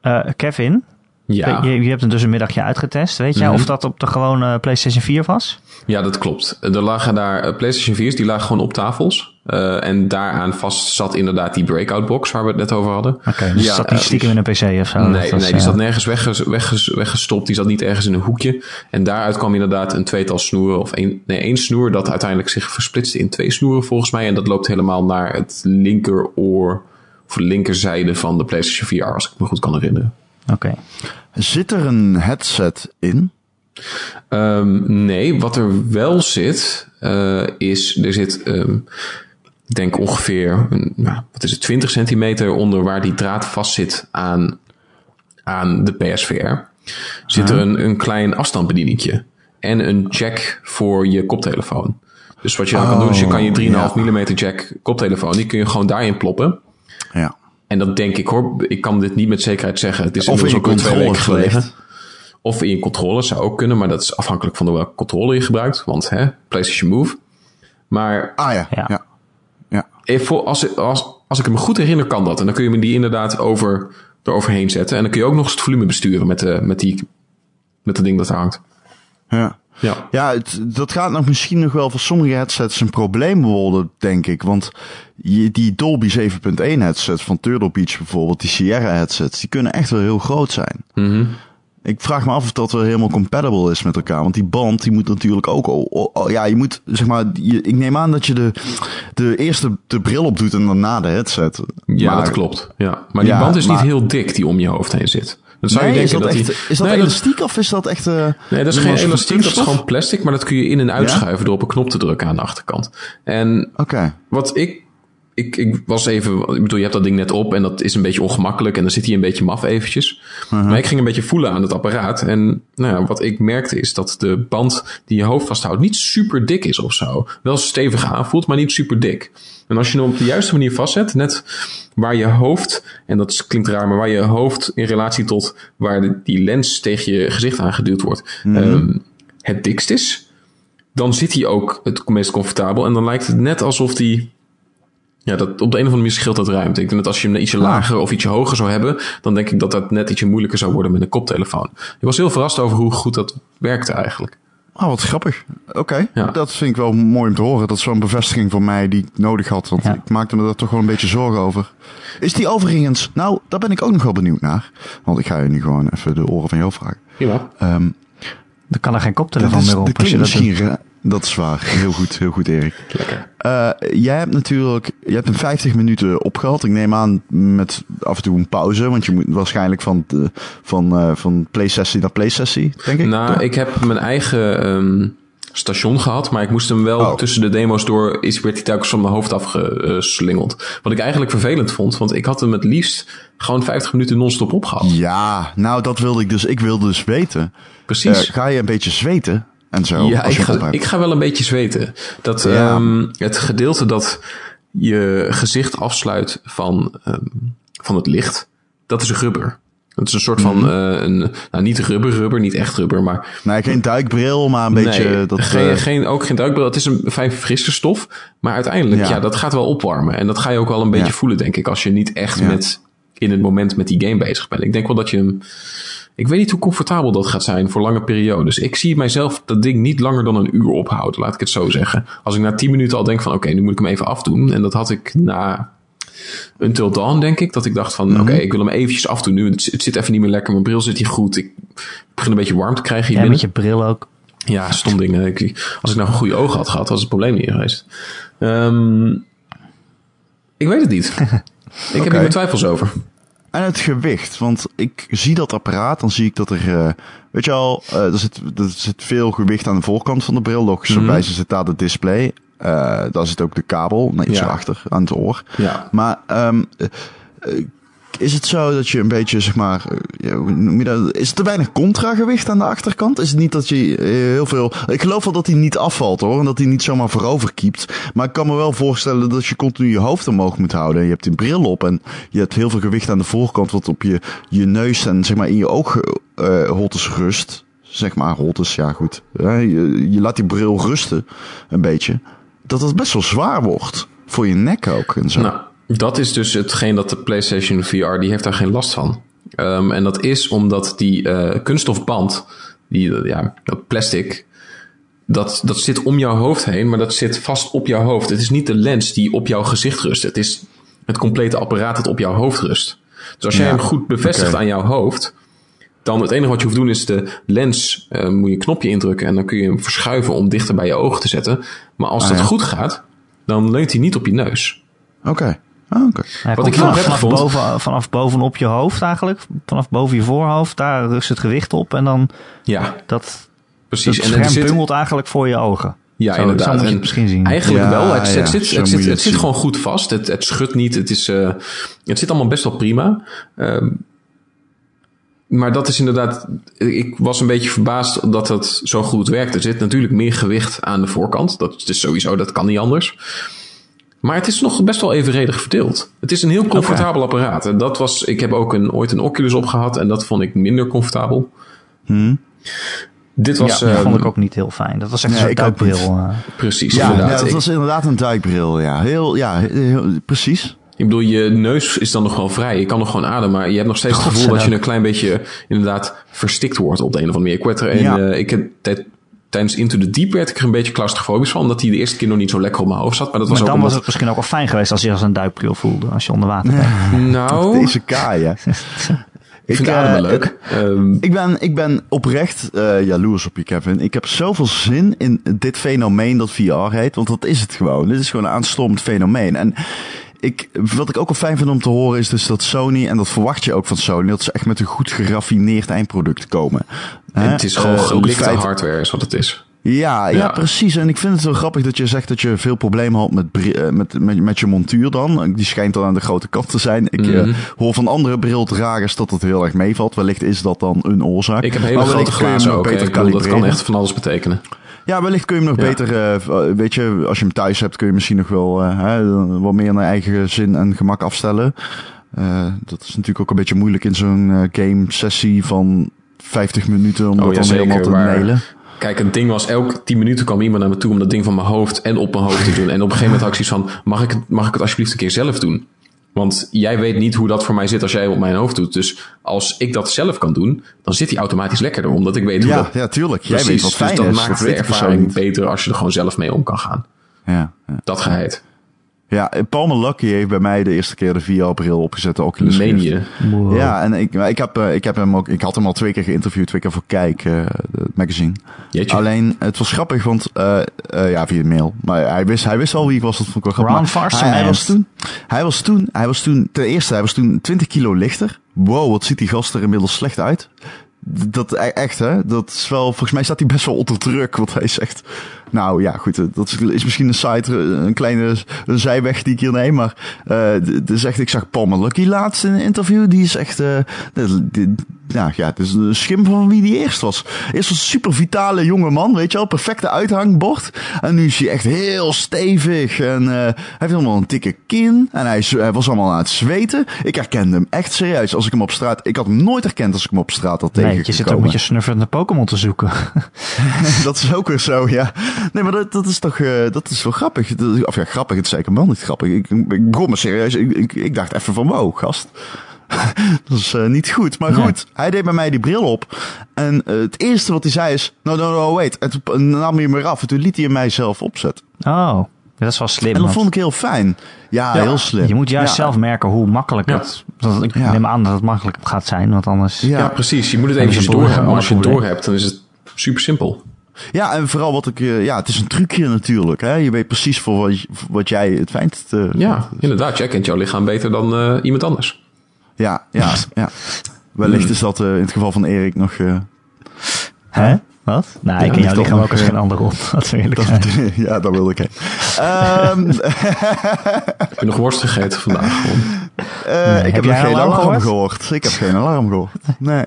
Kevin, ja. Je hebt hem dus een middagje uitgetest. Weet jij of dat op de gewone PlayStation 4 was? Ja, dat klopt. Er lagen daar PlayStation 4's, die lagen gewoon op tafels. En daaraan vast zat inderdaad die breakout box waar we het net over hadden. Oké, dus zat niet stiekem in een PC of zo? Nee, die zat nergens weggestopt. Die zat niet ergens in een hoekje. En daaruit kwam inderdaad een tweetal snoeren. Of één snoer dat uiteindelijk zich versplitste in 2 snoeren volgens mij. En dat loopt helemaal naar het linkeroor of de linkerzijde van de PlayStation 4, als ik me goed kan herinneren. Oké. Zit er een headset in? Nee, wat er wel zit, is, er zit, ik denk ongeveer, 20 centimeter onder waar die draad vast zit aan de PSVR. Zit er een klein afstandsbedieningje en een jack voor je koptelefoon. Dus wat je dan kan doen, is je kan je 3,5 mm jack koptelefoon, die kun je gewoon daarin ploppen. Ja. En dat denk ik hoor, ik kan dit niet met zekerheid zeggen. Het is of in je ook 2 weken geleden. Gelegd. Of in je controller zou ook kunnen, maar dat is afhankelijk van welke controller je gebruikt. Want PlayStation Move. Maar ja. Als ik me goed herinner kan dat. En dan kun je me die inderdaad eroverheen zetten. En dan kun je ook nog eens het volume besturen met het ding dat daar hangt. Ja, dat gaat nog misschien nog wel voor sommige headsets een probleem worden, denk ik. Want die Dolby 7.1 headsets van Turtle Beach bijvoorbeeld, die Sierra headsets, die kunnen echt wel heel groot zijn. Mm-hmm. Ik vraag me af of dat wel helemaal compatible is met elkaar. Want die band, die moet natuurlijk ook... je moet, zeg maar... ik neem aan dat je eerste de bril op doet en daarna de headset. Ja, dat klopt. Ja. Maar die band is niet heel dik die om je hoofd heen zit. Dan zou je denken is dat elastiek of is dat echt... nee, dat is geen elastiek, dat is gewoon plastic. Maar dat kun je in- en uitschuiven door op een knop te drukken aan de achterkant. En wat ik was even... Ik bedoel, je hebt dat ding net op en dat is een beetje ongemakkelijk. En dan zit hij een beetje maf eventjes. Uh-huh. Maar ik ging een beetje voelen aan het apparaat. En wat ik merkte is dat de band die je hoofd vasthoudt niet super dik is of zo. Wel stevig aanvoelt, maar niet super dik. En als je hem op de juiste manier vastzet, net waar je hoofd... En dat klinkt raar, maar waar je hoofd in relatie tot waar die lens tegen je gezicht aangeduwd wordt... het dikst is, dan zit hij ook het meest comfortabel. En dan lijkt het net alsof die... Ja, dat op de een of andere manier scheelt dat ruimte. Ik denk dat als je hem ietsje lager of ietsje hoger zou hebben... dan denk ik dat dat net ietsje moeilijker zou worden met een koptelefoon. Ik was heel verrast over hoe goed dat werkte eigenlijk. Wat grappig. Oké. Dat vind ik wel mooi om te horen. Dat is zo'n bevestiging voor mij die ik nodig had. Want ik maakte me daar toch wel een beetje zorgen over. Is die overigens... Nou, daar ben ik ook nog wel benieuwd naar. Want ik ga je nu gewoon even de oren van jou vragen. Ja. Dan kan er geen koptelefoon meer op. Dat is waar. Heel goed Erik. Lekker. Jij hebt hem 50 minuten opgehaald. Ik neem aan met af en toe een pauze. Want je moet waarschijnlijk van play-sessie naar play-sessie, denk ik. Nou, ik heb mijn eigen station gehad. Maar ik moest hem wel tussen de demo's door... werd hij telkens van mijn hoofd afgeslingeld. Wat ik eigenlijk vervelend vond. Want ik had hem het liefst gewoon 50 minuten non-stop opgehaald. Ja, nou dat wilde ik dus. Ik wilde dus weten. Precies. Ga je een beetje zweten? En zo, ja, ik ga wel een beetje zweten. Het gedeelte dat je gezicht afsluit van het licht, dat is rubber. Het is een soort van, niet rubber, niet echt rubber, maar... Nee, geen duikbril, maar een beetje... Ook geen duikbril. Het is een fijn frisse stof, maar uiteindelijk, dat gaat wel opwarmen. En dat ga je ook wel een beetje voelen, denk ik, als je niet echt in het moment met die game bezig bent. Ik denk wel dat je hem... Ik weet niet hoe comfortabel dat gaat zijn voor lange periodes. Ik zie mijzelf dat ding niet langer dan een uur ophouden, laat ik het zo zeggen. Als ik na 10 minuten al denk van oké, nu moet ik hem even afdoen. En dat had ik na Until Dawn, denk ik. Dat ik dacht van oké, ik wil hem eventjes afdoen nu. Het zit even niet meer lekker, mijn bril zit hier goed. Ik begin een beetje warm te krijgen hier binnen. Met je bril ook. Ja, stom ding. Als ik nou een goede ogen had gehad, was het probleem niet geweest. Ik weet het niet. Ik heb hier mijn twijfels over. En het gewicht, want ik zie dat apparaat, dan zie ik dat er, weet je al, er zit veel gewicht aan de voorkant van de bril. Logischerwijze zit daar de display. Daar zit ook de kabel, iets achter, aan het oor. Ja. Maar is het zo dat je een beetje, zeg maar, hoe noem je dat? Is er te weinig contragewicht aan de achterkant? Is het niet dat je heel veel... Ik geloof wel dat hij niet afvalt hoor, en dat hij niet zomaar voorover kiept. Maar ik kan me wel voorstellen dat je continu je hoofd omhoog moet houden. Je hebt die bril op en je hebt heel veel gewicht aan de voorkant wat op je neus en zeg maar in je oogholtes rust. Zeg maar, holtes, ja goed. Je laat die bril rusten, een beetje. Dat het best wel zwaar wordt. Voor je nek ook en zo. Nou, dat is dus hetgeen dat de PlayStation VR, die heeft daar geen last van. En dat is omdat die kunststofband, dat plastic, dat zit om jouw hoofd heen, maar dat zit vast op jouw hoofd. Het is niet de lens die op jouw gezicht rust. Het is het complete apparaat dat op jouw hoofd rust. Dus als jij hem goed bevestigt aan jouw hoofd, dan het enige wat je hoeft te doen is de lens, moet je een knopje indrukken en dan kun je hem verschuiven om dichter bij je ogen te zetten. Maar als dat goed gaat, dan leunt hij niet op je neus. Oké. Wat ik heel prettig vond, vanaf bovenop je hoofd eigenlijk, vanaf boven je voorhoofd, daar rust het gewicht op en dan precies. En het scherm bungelt eigenlijk voor je ogen. Ja, inderdaad. Zo moet je het misschien zien. Eigenlijk wel. Het zit gewoon goed vast. Het schudt niet. Het zit allemaal best wel prima. Maar dat is inderdaad... Ik was een beetje verbaasd dat dat zo goed werkt. Er zit natuurlijk meer gewicht aan de voorkant. Dat is sowieso, dat kan niet anders. Maar het is nog best wel evenredig verdeeld. Het is een heel comfortabel apparaat. En dat was... Ik heb ook ooit een Oculus opgehad en dat vond ik minder comfortabel. Dit was... dat vond ik ook niet heel fijn. Dat was echt een duikbril. Precies, inderdaad. Dat was inderdaad een duikbril, ja. Heel, precies. Ik bedoel, je neus is dan nog wel vrij. Je kan nog gewoon ademen, maar je hebt nog steeds het gevoel dat je een klein beetje inderdaad verstikt wordt op de een of andere manier. Tijdens Into the Deep werd ik er een beetje claustrofobisch van, omdat hij de eerste keer nog niet zo lekker op mijn hoofd zat. Maar dan was het misschien ook wel fijn geweest als je als een duikbril voelde, als je onder water bent. Nou... Deze kaai, Ik vind ademen leuk. Ik ben oprecht jaloers op je, Kevin. Ik heb zoveel zin in dit fenomeen dat VR heet, want dat is het gewoon. Dit is gewoon een aanstormend fenomeen. En wat ik ook wel fijn vind om te horen is dus dat Sony, en dat verwacht je ook van Sony, dat ze echt met een goed geraffineerd eindproduct komen. Het is gewoon gelikte hardware is wat het is. Ja, precies. En ik vind het zo grappig dat je zegt dat je veel problemen had met je montuur dan. Die schijnt dan aan de grote kant te zijn. Ik hoor van andere brildragers dat het heel erg meevalt. Wellicht is dat dan een oorzaak. Ik heb hele grote glazen ook. Dat kan echt van alles betekenen. Ja, wellicht kun je hem nog beter, weet je, als je hem thuis hebt kun je misschien nog wel wat meer naar eigen zin en gemak afstellen. Dat is natuurlijk ook een beetje moeilijk in zo'n game sessie van 50 minuten om dat dan helemaal te mailen. Kijk, het ding was, elke 10 minuten kwam iemand naar me toe om dat ding van mijn hoofd en op mijn hoofd te doen. En op een gegeven moment had ik zoiets van, mag ik het alsjeblieft een keer zelf doen? Want jij weet niet hoe dat voor mij zit als jij op mijn hoofd doet. Dus als ik dat zelf kan doen, dan zit hij automatisch lekkerder. Omdat ik weet hoe dat... Ja, tuurlijk. Precies, jij weet wat fijn dus dat is. maakt de ervaring beter als je er gewoon zelf mee om kan gaan. Ja. Dat geheid. Ja, Palmer Luckey heeft bij mij de eerste keer de VR-bril opgezet, de Oculus Rift. Meen je? Wow. Ja, en ik had hem al 2 keer geïnterviewd, 2 keer voor Kijk, het magazine. Jeetje. Alleen, het was grappig, want via de mail. Maar hij wist al wie ik was, dat vond ik wel grappig. Hij was toen, ten eerste, hij was toen 20 kilo lichter. Wow, wat ziet die gast er inmiddels slecht uit. Dat echt, hè? Dat is wel, volgens mij staat hij best wel onder druk, wat hij zegt. Nou ja, goed, dat is misschien een kleine zijweg die ik hier neem, maar ik zag Palmer Luckey laatst in een interview, die is echt, het is een schim van wie die eerst was. Eerst was een super vitale jonge man, weet je wel, perfecte uithangbord. En nu is hij echt heel stevig en hij heeft helemaal een dikke kin en hij was allemaal aan het zweten. Ik herkende hem echt serieus als ik hem op straat, ik had hem nooit herkend als ik hem op straat had tegengekomen. Je zit ook met je snufferende Pokémon te zoeken. Dat is ook weer zo, ja. Nee, maar dat is toch, dat is wel grappig. Of ja, grappig, het is zeker wel niet grappig. Ik begon me serieus, ik dacht even van wow, gast. Dat is niet goed. Maar goed, hij deed bij mij die bril op. En het eerste wat hij zei is, no, wait. En toen nam hij hem weer af en toen liet hij hem mij zelf opzetten. Oh, dat is wel slim. En dat vond ik heel fijn. Ja, heel slim. Je moet juist zelf merken hoe makkelijk het... Ik neem aan dat het makkelijk gaat zijn, want anders... Ja, precies. Je moet het eventjes doorhebben. Als je het doorhebt, dan is het super simpel. Ja, en vooral het is een trucje natuurlijk. Hè? Je weet precies voor wat jij het fijnst... ja, inderdaad. Jij kent jouw lichaam beter dan iemand anders. Ja. Wellicht is dat in het geval van Erik nog... Hè? Wat? Nou, ik ken jouw lichaam ook als geen ander rond. Dat wil ik ja, dat wilde ik heen. Heb je nog worst gegeten vandaag? Ik heb nog geen alarm gehoord. Ik heb geen alarm gehoord. Nee.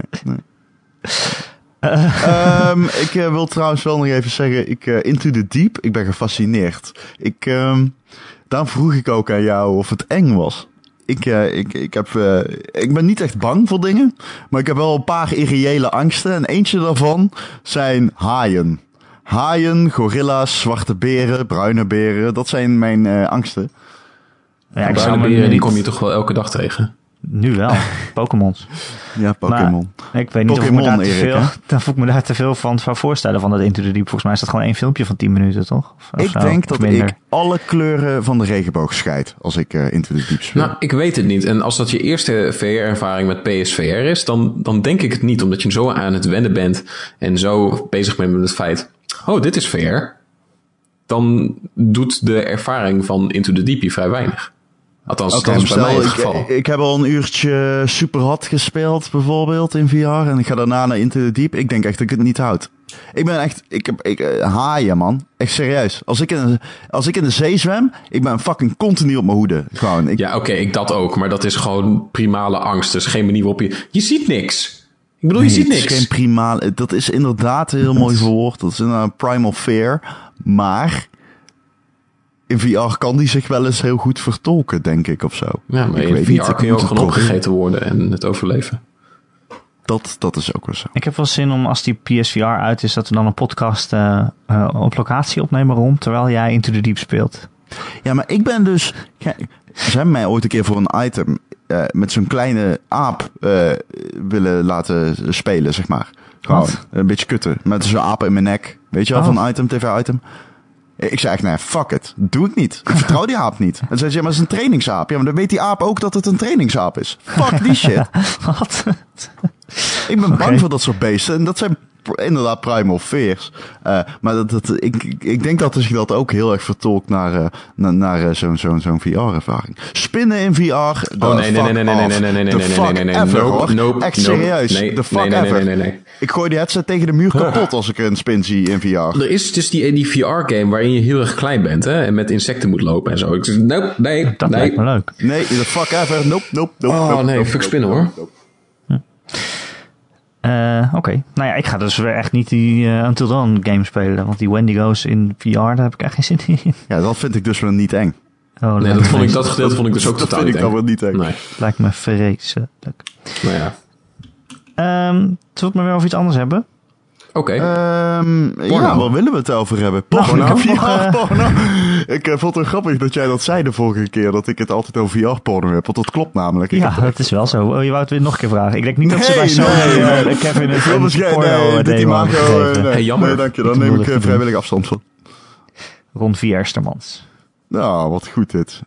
Ik wil trouwens wel nog even zeggen, Into the Deep, ik ben gefascineerd. Daarom vroeg ik ook aan jou of het eng was. Ik ben niet echt bang voor dingen, maar ik heb wel een paar irreële angsten. En eentje daarvan zijn haaien. Haaien, gorilla's, zwarte beren, bruine beren, dat zijn mijn angsten. Ja, bruine beren, die kom je toch wel elke dag tegen? Nu wel. Pokémons. Ja, Pokémon. Maar ik weet niet Pokémon, of ik me daar te veel van zou voorstellen van dat Into the Deep. Volgens mij is dat gewoon 1 filmpje van 10 minuten, toch? Ik denk dat ik alle kleuren van de regenboog scheid als ik Into the Deep speel. Nou, ik weet het niet. En als dat je eerste VR-ervaring met PSVR is, dan denk ik het niet. Omdat je zo aan het wennen bent en zo bezig bent met het feit, oh, dit is VR. Dan doet de ervaring van Into the Deep je vrij weinig. Althans, dat is bij mij het geval. Ik heb al een uurtje Superhot gespeeld, bijvoorbeeld, in VR. En ik ga daarna naar Into the Deep. Ik denk echt dat ik het niet houd. Ik ben echt... Ik haaien, man. Echt serieus. Als ik in de zee zwem, ik ben fucking continu op mijn hoede. Gewoon. Ja, oké, ik dat ook. Maar dat is gewoon primale angst. Dus geen manier waarop je ziet niks. Ik bedoel, je ziet niks. Het is geen primale... Dat is inderdaad heel mooi verwoord. Dat is een primal fear. Maar... in VR kan die zich wel eens heel goed vertolken, denk ik, of zo. Ja, maar in VR kun je ook gewoon opgegeten worden en het overleven. Dat is ook wel zo. Ik heb wel zin om, als die PSVR uit is, dat we dan een podcast op locatie opnemen rond, terwijl jij Into the Deep speelt. Ja, maar ik ben dus... Ze hebben mij ooit een keer voor een item met zo'n kleine aap willen laten spelen, zeg maar. Gewoon een beetje kutten. Met zo'n aap in mijn nek. Weet je wel, van item, tv-item. Ik zei echt, nee, fuck it. Doe ik niet. Ik vertrouw die aap niet. En zei ze, ja, maar het is een trainingsaap. Ja, maar dan weet die aap ook dat het een trainingsaap is. Fuck die shit. Wat? Ik ben bang voor dat soort beesten. En dat zijn inderdaad primal fears. Maar ik denk dat zich dat ook heel erg vertolkt naar zo'n VR-ervaring. Spinnen in VR. Nee. Echt serieus. The fuck ever. Nee. Ik gooi die headset tegen de muur kapot als ik een spin zie in VR. Er is dus die VR-game waarin je heel erg klein bent, hè, en met insecten moet lopen en zo. Nee. Dat lijkt me leuk. Nee, the fuck ever. Nope. Fuck spinnen, hoor. Oké. Nou ja, ik ga dus echt niet die Until Dawn game spelen. Want die Wendigos in VR, daar heb ik echt geen zin in. Ja, dat vind ik dus wel niet eng. Oh, nee, dat gedeelte vond ik dus ook totaal niet eng. Dat vind ik niet eng. Nee. Lijkt me vreselijk. Nou ja. Zullen we het maar weer over iets anders hebben? Oké. Ja, waar willen we het over hebben? Porno. Ik vond het grappig dat jij dat zei de vorige keer, dat ik het altijd over VR-porno heb. Want dat klopt namelijk. Ja, dat is wel zo. Je wou het weer nog een keer vragen. Ik denk niet dat ze bij Sony Kevin een porno demo hebben gegeven. Jammer. Nee, dank je. Dan neem ik vrijwillig afstand van. Ron VR-stermans. Nou, wat goed dit.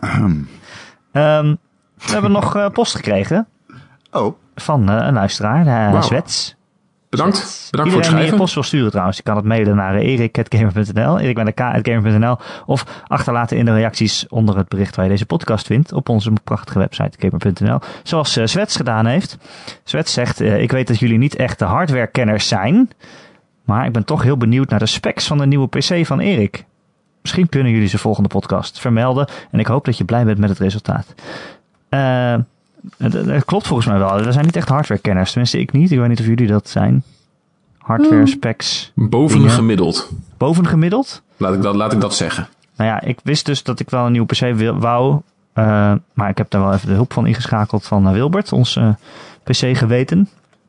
We hebben nog post gekregen. Oh. Van een luisteraar, Zwets. Bedankt voor het schrijven. Iedereen die je post wil sturen trouwens. Je kan het mailen naar erik@gamer.nl, erik@gamer.nl of achterlaten in de reacties onder het bericht waar je deze podcast vindt op onze prachtige website gamer.nl. Zoals Zwets gedaan heeft. Zwets zegt, ik weet dat jullie niet echt de hardwarekenners zijn, maar ik ben toch heel benieuwd naar de specs van de nieuwe PC van Erik. Misschien kunnen jullie ze volgende podcast vermelden en ik hoop dat je blij bent met het resultaat. Dat klopt volgens mij wel. We zijn niet echt hardwarekenners. Tenminste, ik niet. Ik weet niet of jullie dat zijn. Hardware specs. Bovengemiddeld. Bovengemiddeld? Laat ik dat zeggen. Nou ja, ik wist dus dat ik wel een nieuwe PC wou. Maar ik heb daar wel even de hulp van ingeschakeld van Wilbert. Ons PC geweten.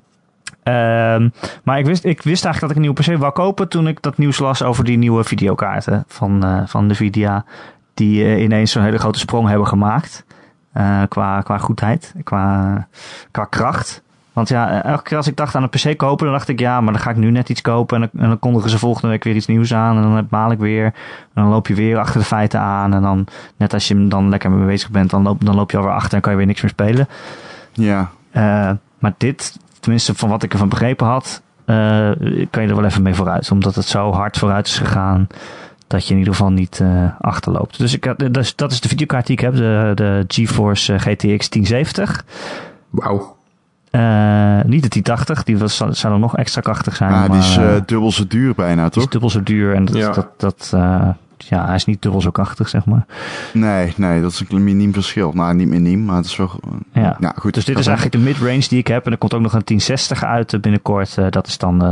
Maar ik wist eigenlijk dat ik een nieuwe PC wou kopen toen ik dat nieuws las over die nieuwe videokaarten van Nvidia. Die ineens zo'n hele grote sprong hebben gemaakt. Qua goedheid, qua kracht. Want ja, elke keer als ik dacht aan een PC kopen, dan dacht ik, ja, maar dan ga ik nu net iets kopen. En dan kondigen ze volgende week weer iets nieuws aan. En dan baal ik weer. En dan loop je weer achter de feiten aan. En dan, net als je dan lekker mee bezig bent, dan loop je alweer achter en kan je weer niks meer spelen. Ja. Maar dit, tenminste van wat ik ervan begrepen had, kan je er wel even mee vooruit. Omdat het zo hard vooruit is gegaan, dat je in ieder geval niet achterloopt. Dus dat is de videokaart die ik heb. De GeForce GTX 1070. Wauw. Niet de 1080. Die zou dan nog extra krachtig zijn. Maar die is dubbel zo duur bijna, toch? Die is dubbel zo duur. En hij is niet dubbel zo krachtig, zeg maar. Nee, dat is een miniem verschil. Nou, niet miniem, maar het is wel... Ja, goed. Dus dit is eigenlijk de midrange die ik heb. En er komt ook nog een 1060 uit binnenkort. Dat is dan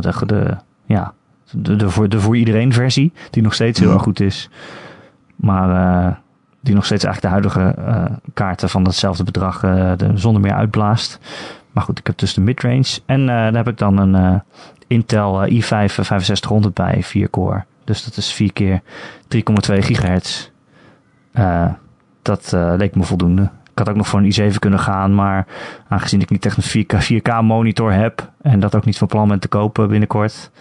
de voor iedereen versie, die nog steeds heel erg goed is. Maar die nog steeds eigenlijk de huidige kaarten van hetzelfde bedrag zonder meer uitblaast. Maar goed, ik heb dus de midrange. En daar heb ik dan een Intel i5 6500 bij, 4-core. Dus dat is 4 keer 3,2 gigahertz. Dat leek me voldoende. had ook nog voor een i7 kunnen gaan, maar aangezien ik niet echt een 4K monitor heb en dat ook niet van plan ben te kopen binnenkort.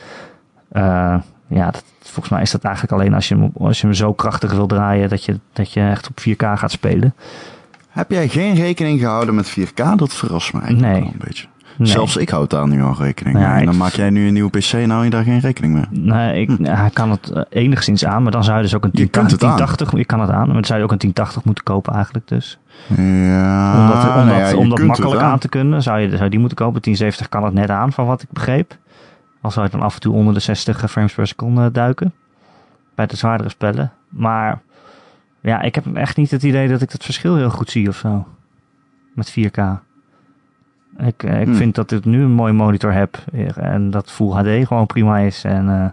Volgens mij is dat eigenlijk alleen als je hem zo krachtig wil draaien dat je echt op 4K gaat spelen. Heb jij geen rekening gehouden met 4K? Dat verrast me eigenlijk wel een beetje. Nee. Zelfs ik houd daar nu al rekening mee. En dan maak jij nu een nieuwe PC en hou je daar geen rekening mee? Nee, hij kan het enigszins aan, maar dan zou je dus ook een 1080... Je kan het aan, maar dan zou je ook een 1080 moeten kopen eigenlijk dus. Ja, om dat makkelijk aan te kunnen, zou je die moeten kopen. 1070 kan het net aan, van wat ik begreep. Al zou je dan af en toe onder de 60 frames per seconde duiken. Bij de zwaardere spellen. Maar ja, ik heb echt niet het idee dat ik dat verschil heel goed zie of zo. Met 4K. Ik vind dat ik nu een mooie monitor heb. En dat Full HD gewoon prima is. En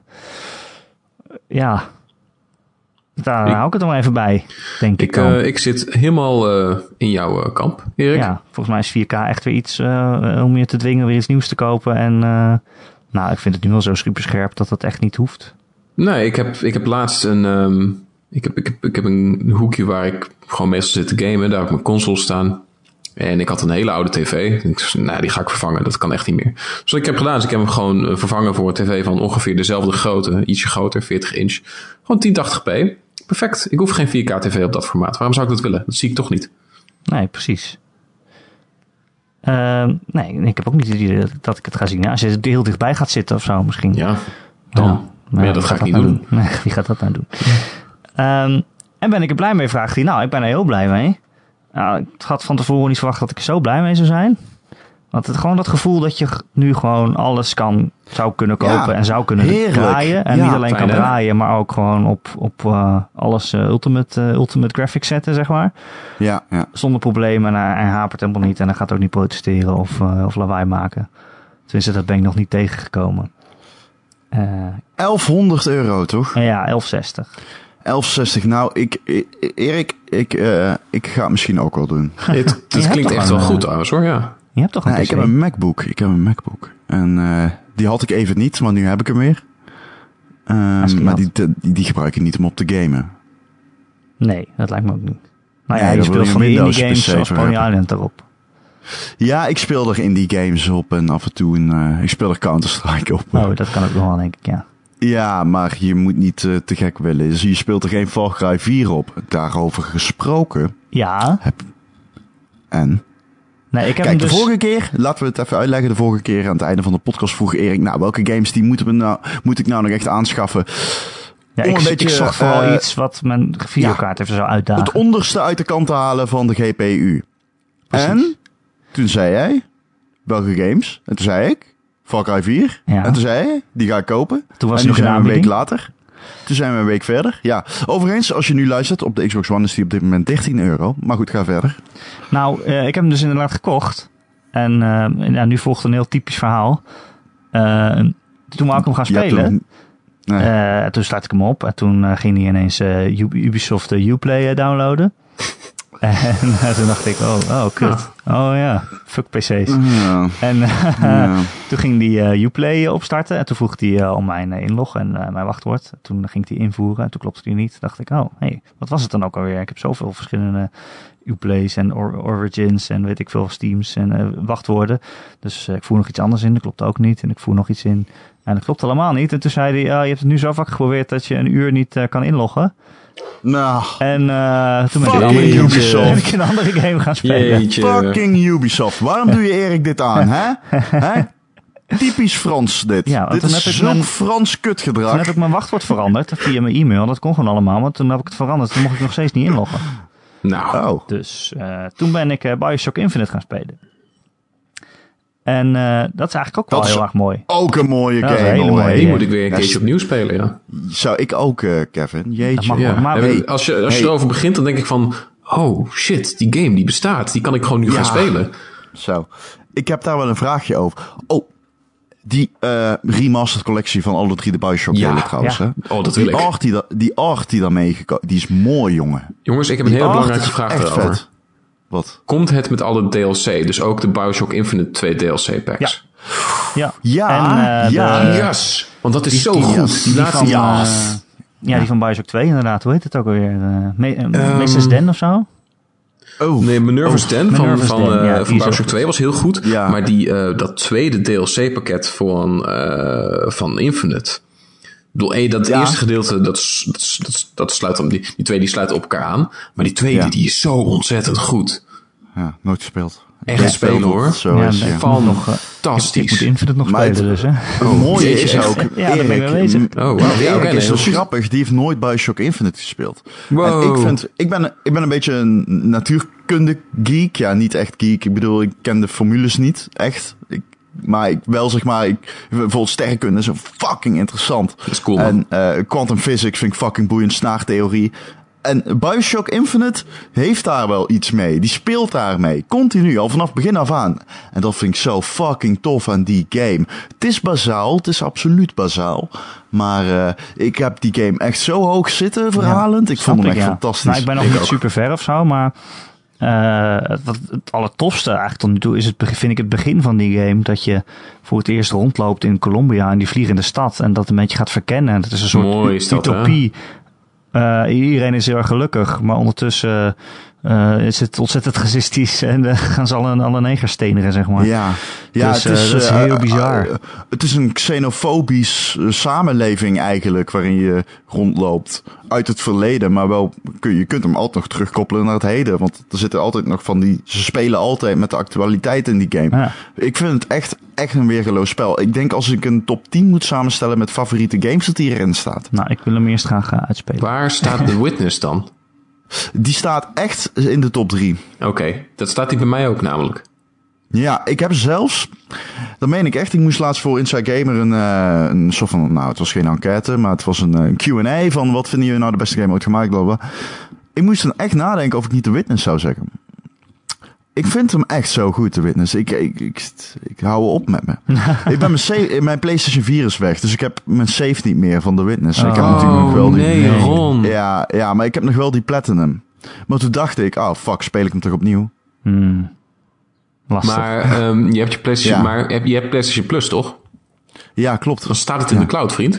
daar hou ik het nog even bij, denk ik. Ik zit helemaal in jouw kamp, Erik. Ja, volgens mij is 4K echt weer iets om je te dwingen weer iets nieuws te kopen. En ik vind het nu wel zo superscherp dat dat echt niet hoeft. Nee, ik heb laatst een... Ik heb een hoekje waar ik gewoon meestal zit te gamen. Daar heb ik mijn console staan. En ik had een hele oude tv. Die ga ik vervangen. Dat kan echt niet meer. Dus wat ik heb gedaan is ik heb hem gewoon vervangen voor een tv van ongeveer dezelfde grootte. Ietsje groter, 40 inch. Gewoon 1080p. Perfect. Ik hoef geen 4K tv op dat formaat. Waarom zou ik dat willen? Dat zie ik toch niet. Nee, precies. Ik heb ook niet het idee dat ik het ga zien. Ja, als je er heel dichtbij gaat zitten of zo misschien. Ja, dan. Maar dat ga ik niet doen. Nee, wie gaat dat nou doen? En ben ik er blij mee, vraagt hij. Nou, ik ben er heel blij mee. Ik had van tevoren niet verwacht dat ik er zo blij mee zou zijn. Want gewoon dat gevoel dat je nu gewoon alles zou kunnen kopen en zou kunnen draaien. En niet alleen kan draaien, maar ook gewoon op alles ultimate graphics zetten, zeg maar. Ja. Zonder problemen en hij hapert helemaal niet. En hij gaat ook niet protesteren of lawaai maken. Tenminste, dat ben ik nog niet tegengekomen. €1100, toch? Ja, 1160. 1160. Nou, Erik, ik ga het misschien ook wel doen. Het klinkt echt wel goed trouwens, hoor, ja. Je hebt toch een PC? Ik heb een MacBook. En die had ik even niet, maar nu heb ik hem weer. Maar die gebruik ik niet om op te gamen. Nee, dat lijkt me ook niet. Nou ja, je speelt van de indie games zoals Pony Island erop. Ja, ik speel er indie games op en af en toe ik speel er Counter-Strike op. Oh, dat kan ook nog wel, denk ik, ja. Ja, maar je moet niet te gek willen. Dus je speelt er geen Far Cry 4 op. Daarover gesproken. Ja. Nee, ik heb Kijk, de vorige keer, laten we het even uitleggen. De vorige keer aan het einde van de podcast vroeg Erik, welke games moet ik nou nog echt aanschaffen? Ja, ik zocht vooral iets wat mijn videokaart even zou uitdagen. Het onderste uit de kant te halen van de GPU. Precies. En toen zei jij, welke games? En toen zei ik, Far Cry 4. Ja. En toen zei hij, die ga ik kopen. Toen was en nog een week later. Toen zijn we een week verder. Ja, overigens, als je nu luistert op de Xbox One is die op dit moment €13. Maar goed, ga verder. Nou, ik heb hem dus inderdaad gekocht. En nu volgt een heel typisch verhaal. Toen wou ik hem gaan spelen. Toen startte ik hem op. En toen ging hij ineens Ubisoft Uplay downloaden. En toen dacht ik, oh kut. Oh ja, fuck PC's. Ja. En toen ging die Uplay opstarten. En toen vroeg hij om mijn inlog en mijn wachtwoord. Toen ging hij invoeren en toen klopte hij niet. Toen dacht ik, wat was het dan ook alweer? Ik heb zoveel verschillende Uplays en Origins en weet ik veel, Steams en wachtwoorden. Dus ik voer nog iets anders in. Dat klopte ook niet. En ik voer nog iets in. En dat klopt allemaal niet. En toen zei hij, je hebt het nu zo vaak geprobeerd dat je een uur niet kan inloggen. Nou. En toen ben ik een andere game gaan spelen. Jeetje. Fucking Ubisoft. Waarom doe je Erik dit aan, hè? Typisch Frans dit. Ja, dit is zo'n Frans kutgedrag. Toen heb ik mijn wachtwoord veranderd via mijn e-mail. Dat kon gewoon allemaal, maar toen heb ik het veranderd. Toen mocht ik nog steeds niet inloggen. Nou. Dus toen ben ik Bioshock Infinite gaan spelen. En dat is eigenlijk ook wel heel erg mooi. Ook een mooie game. Die moet ik weer een keertje opnieuw spelen, ja. Zou ik ook, Kevin. Jeetje. Ja. Maar als je erover begint, dan denk ik van... Oh, shit, die game die bestaat. Die kan ik gewoon nu gaan spelen. Zo. Ik heb daar wel een vraagje over. Oh, die remastered collectie van alle 3 de Bioshock delen trouwens. Ja. Hè? Oh, dat wil ik. Die art die daarmee gekomen, die is mooi, jongen. Jongens, ik heb een hele belangrijke vraag daarover. Vet. Wat? Komt het met alle DLC? Dus ook de Bioshock Infinite 2 DLC packs? Ja. Yes. Want dat is zo goed. Die van Bioshock 2 inderdaad. Hoe heet het ook alweer? Mrs. Den of zo? Nee, Minerva's Den van Bioshock 2 was heel goed. Ja. Maar dat tweede DLC-pakket van Infinite... dat eerste gedeelte, dat sluit dan... Die twee die sluiten op elkaar aan. Maar die tweede, die is zo ontzettend goed. Ja, nooit gespeeld. Echt spelen hoor. Fantastisch. Ik moet Infinite nog spelen dus, hè. Het mooie is ook... Ja, daar ben ik mee bezig. Erik is zo grappig. Die heeft nooit Bioshock Infinite gespeeld. Wow. En ik ben een beetje een natuurkunde geek. Ja, niet echt geek. Ik bedoel, ik ken de formules niet. Echt. Maar bijvoorbeeld sterrenkunde is fucking interessant. Dat is cool, man. En quantum physics vind ik fucking boeiend. Snaartheorie. En Bioshock Infinite heeft daar wel iets mee. Die speelt daarmee. Continu, al vanaf begin af aan. En dat vind ik zo fucking tof aan die game. Het is bazaal, het is absoluut bazaal. Maar ik heb die game echt zo hoog zitten verhalend. Ik vond hem echt fantastisch. Nou, ik ben nog niet super ver of zo, maar... het allertofste eigenlijk tot nu toe is vind ik het begin van die game. Dat je voor het eerst rondloopt in Colombia in die vliegende stad. En dat een beetje gaat verkennen. Het is een soort utopie. Iedereen is heel erg gelukkig, maar ondertussen is het ontzettend racistisch en gaan ze alle negers stenigen, zeg maar. Ja, dus, het is heel bizar. Het is een xenofobisch samenleving eigenlijk, waarin je rondloopt uit het verleden, maar wel je kunt hem altijd nog terugkoppelen naar het heden, want er zitten altijd nog ze spelen altijd met de actualiteit in die game. Ja. Ik vind het echt een weergeloos spel. Ik denk als ik een top 10 moet samenstellen met favoriete games dat die erin staat. Nou, ik wil hem eerst graag uitspelen. Waar staat The Witness dan? Die staat echt in de top 3. Oké, dat staat die bij mij ook namelijk. Ja, ik heb zelfs... Dat meen ik echt. Ik moest laatst voor Inside Gamer een soort van... Nou, het was geen enquête, maar het was een Q&A van... Wat vinden jullie nou de beste game ooit gemaakt? Blablabla. Ik moest dan echt nadenken of ik niet The Witness zou zeggen. Ik vind hem echt zo goed, The Witness. Ik hou op met me. Ik ben mijn PlayStation 4 is weg, dus ik heb mijn save niet meer van The Witness. Ik heb natuurlijk nog wel Ron. Ja, maar ik heb nog wel die Platinum. Maar toen dacht ik, fuck, speel ik hem toch opnieuw? Lastig. Maar je hebt je PlayStation, maar je hebt PlayStation Plus, toch? Ja, klopt. Dan staat het in de cloud, vriend.